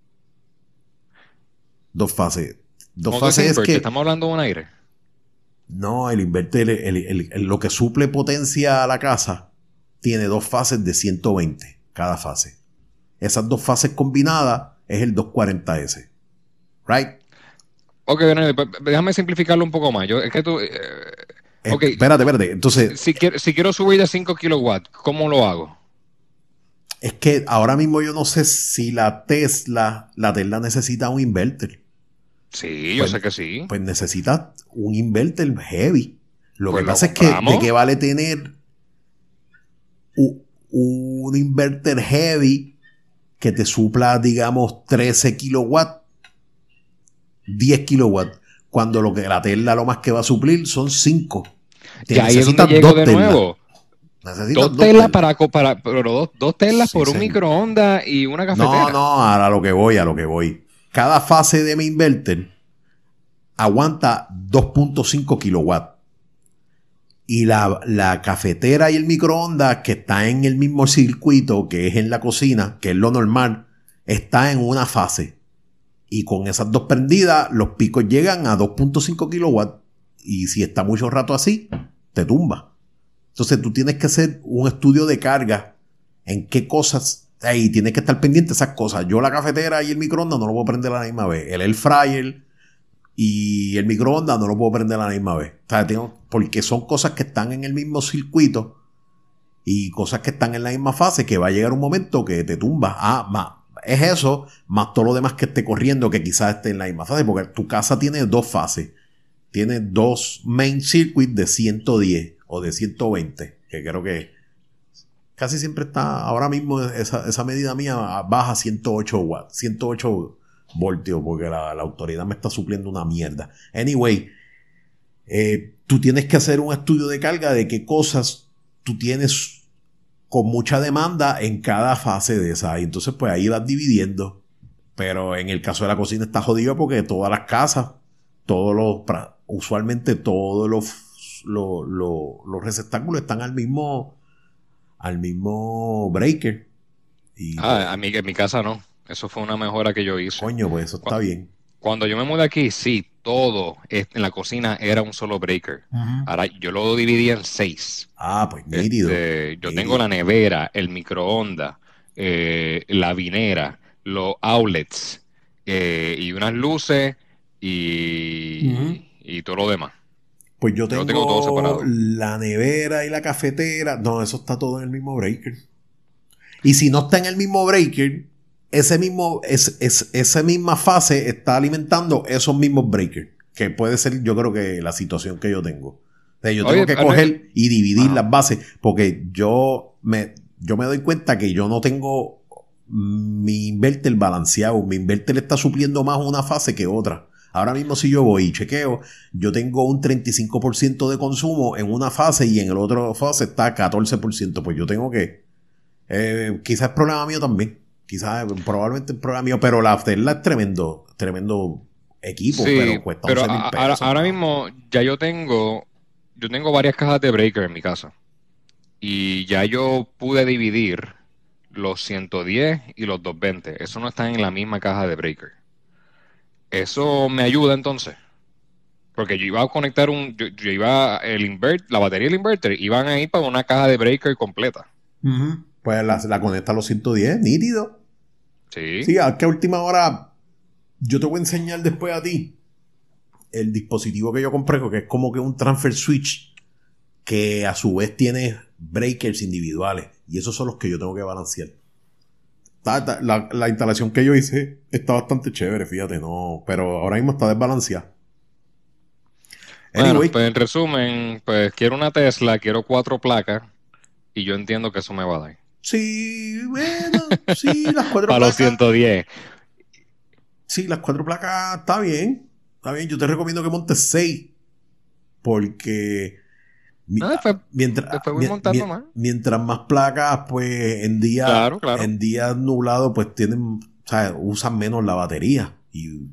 Speaker 3: Dos fases. Dos
Speaker 2: ¿Cómo que
Speaker 3: fases
Speaker 2: ese
Speaker 3: es
Speaker 2: inverter?
Speaker 3: que...
Speaker 2: Estamos hablando de un aire.
Speaker 3: No, el inverter, el- el- el- lo que suple potencia a la casa, tiene dos fases de ciento veinte cada fase. Esas dos fases combinadas es el doscientos cuarenta ese. Right?
Speaker 2: Ok, Benedict, pues, déjame simplificarlo un poco más. Yo, es que tú... eh,
Speaker 3: Eh,
Speaker 2: ok,
Speaker 3: Espérate, espérate. Entonces,
Speaker 2: si quiero, si quiero subir de cinco kilowatts, ¿cómo lo hago?
Speaker 3: es que ahora mismo yo no sé si la Tesla, la Tesla necesita un inverter.
Speaker 2: Sí, yo
Speaker 3: Pues-
Speaker 2: sé que sí.
Speaker 3: Pues necesita un inverter heavy. Lo
Speaker 2: Pues
Speaker 3: que
Speaker 2: lo
Speaker 3: pasa es que,
Speaker 2: compramos.
Speaker 3: ¿de qué vale tener u- un inverter heavy que te supla, digamos, trece kilowatts, diez kilowatts, cuando lo que la Tesla lo más que va a suplir son cinco?
Speaker 2: Y ahí es donde llego de nuevo.
Speaker 3: Necesitas
Speaker 2: Dos
Speaker 3: dos
Speaker 2: telas
Speaker 3: Teslas.
Speaker 2: para, co- para pero dos, dos telas
Speaker 3: Sí,
Speaker 2: por un
Speaker 3: señor.
Speaker 2: microondas y una cafetera.
Speaker 3: No, no, a lo que voy, a lo que voy. Cada fase de mi inverter aguanta dos punto cinco kilowatts. Y la, la cafetera y el microondas, que está en el mismo circuito, que es en la cocina, que es lo normal, está en una fase. Y con esas dos prendidas, los picos llegan a dos punto cinco kilowatts. Y si está mucho rato así, te tumba. Entonces tú tienes que hacer un estudio de carga en qué cosas, y tienes que estar pendiente de esas cosas. Yo la cafetera y el microondas no lo puedo prender a la misma vez. El air fryer y el microondas no lo puedo prender a la misma vez. O sea, tengo, porque son cosas que están en el mismo circuito y cosas que están en la misma fase, que va a llegar un momento que te tumba. Ah, más, es eso, más todo lo demás que esté corriendo, que quizás esté en la misma fase, porque tu casa tiene dos fases. Tiene dos main circuits de ciento diez o de ciento veinte, que creo que casi siempre está, ahora mismo esa, esa medida mía baja a ciento ocho watts, ciento ocho voltios, porque la, la autoridad me está supliendo una mierda. Anyway, eh, tú tienes que hacer un estudio de carga de qué cosas tú tienes con mucha demanda en cada fase de esa, y entonces pues ahí vas dividiendo. Pero en el caso de la cocina está jodido porque todas las casas, todos los, usualmente todos los, los, los, los receptáculos están al mismo, al mismo breaker. Y,
Speaker 2: Ah, a mí, en mi casa no. Eso fue una mejora que yo hice.
Speaker 3: coño, pues eso está bien.
Speaker 2: Cuando yo me mudé aquí, sí, todo es- en la cocina era un solo breaker. Ahora yo lo dividí en seis.
Speaker 3: Ah, pues nítido.
Speaker 2: Este, yo
Speaker 3: nítido.
Speaker 2: tengo la nevera, el microondas, eh, la vinera, los outlets, eh, y unas luces y,
Speaker 3: Ujú.
Speaker 2: y todo lo demás.
Speaker 3: Pues yo
Speaker 2: yo
Speaker 3: tengo,
Speaker 2: lo tengo todo separado.
Speaker 3: la nevera y la cafetera. No, eso está todo en el mismo breaker. Y si no está en el mismo breaker, ese mismo, es, es, esa misma fase está alimentando esos mismos breakers. Que puede ser, yo creo que la situación que yo tengo. O sea, yo
Speaker 2: Oye,
Speaker 3: tengo que
Speaker 2: pero-
Speaker 3: coger y dividir
Speaker 2: Ajá.
Speaker 3: las bases. Porque yo me, yo me doy cuenta que yo no tengo mi inverter balanceado. Mi inverter está supliendo más una fase que otra. Ahora mismo si yo voy y chequeo, yo tengo un treinta y cinco por ciento de consumo en una fase y en el otro fase está catorce por ciento. Pues yo tengo que... Eh, quizás es problema mío también. Quizás, probablemente es problema mío. Pero la Tesla es tremendo, tremendo equipo,
Speaker 2: Sí,
Speaker 3: pero cuesta
Speaker 2: pero
Speaker 3: once mil
Speaker 2: a-
Speaker 3: pesos.
Speaker 2: ahora, ahora
Speaker 3: ¿no?
Speaker 2: mismo ya yo tengo, yo tengo varias cajas de breaker en mi casa. Y ya yo pude dividir los ciento diez y los doscientos veinte. Eso no están en la misma caja de breaker. Eso me ayuda entonces. Porque yo iba a conectar un, yo, yo iba, el invert, la batería del inverter, iban a ir para una caja de breaker completa.
Speaker 3: Ujú. Pues la, la conecta a los ciento diez, nítido.
Speaker 2: Sí.
Speaker 3: Sí, a que a última hora yo te voy a enseñar después a ti el dispositivo que yo compré, que es como que un transfer switch que a su vez tiene breakers individuales y esos son los que yo tengo que balancear. Está- está- la, la instalación que yo hice está bastante chévere, fíjate, no, pero ahora mismo está desbalanceada.
Speaker 2: Bueno,
Speaker 3: Anyway,
Speaker 2: pues en resumen, pues quiero una Tesla, quiero cuatro placas y yo entiendo que eso me va a dar.
Speaker 3: sí, bueno, sí, las cuatro
Speaker 2: Para los
Speaker 3: placas,
Speaker 2: ciento diez.
Speaker 3: sí, las cuatro placas está bien, está bien, yo te recomiendo que montes seis porque mi-
Speaker 2: No, después,
Speaker 3: mientras,
Speaker 2: después voy
Speaker 3: mi-
Speaker 2: montando
Speaker 3: mi-
Speaker 2: más.
Speaker 3: mientras más placas, pues en día,
Speaker 2: Claro, claro.
Speaker 3: en días nublados, pues tienen, o sea, usan menos la batería y,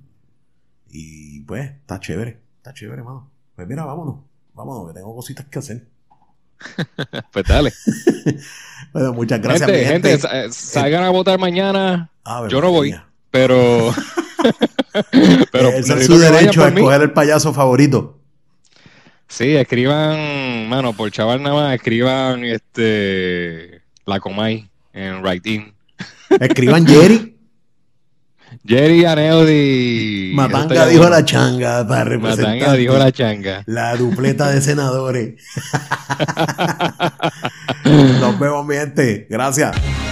Speaker 3: y pues está chévere, está chévere, mano. Pues mira, vámonos, vámonos, que tengo cositas que hacer.
Speaker 2: Pues dale.
Speaker 3: Bueno, muchas gracias,
Speaker 2: Gente,
Speaker 3: mi gente.
Speaker 2: gente, sa- eh, salgan a votar mañana.
Speaker 3: Ave
Speaker 2: Yo no voy,
Speaker 3: María.
Speaker 2: pero... pero
Speaker 3: Ese es
Speaker 2: necesito
Speaker 3: su
Speaker 2: que vayan
Speaker 3: derecho a
Speaker 2: por mí.
Speaker 3: escoger el payaso favorito.
Speaker 2: Sí, escriban, mano, por chaval nada más, escriban este la Comay en Write-In.
Speaker 3: Escriban Jerry.
Speaker 2: Jerry Aneudi.
Speaker 3: Matanga dijo la changa para representar.
Speaker 2: Matanga dijo la changa.
Speaker 3: La dupleta de senadores. Nos vemos, mi gente. Gracias.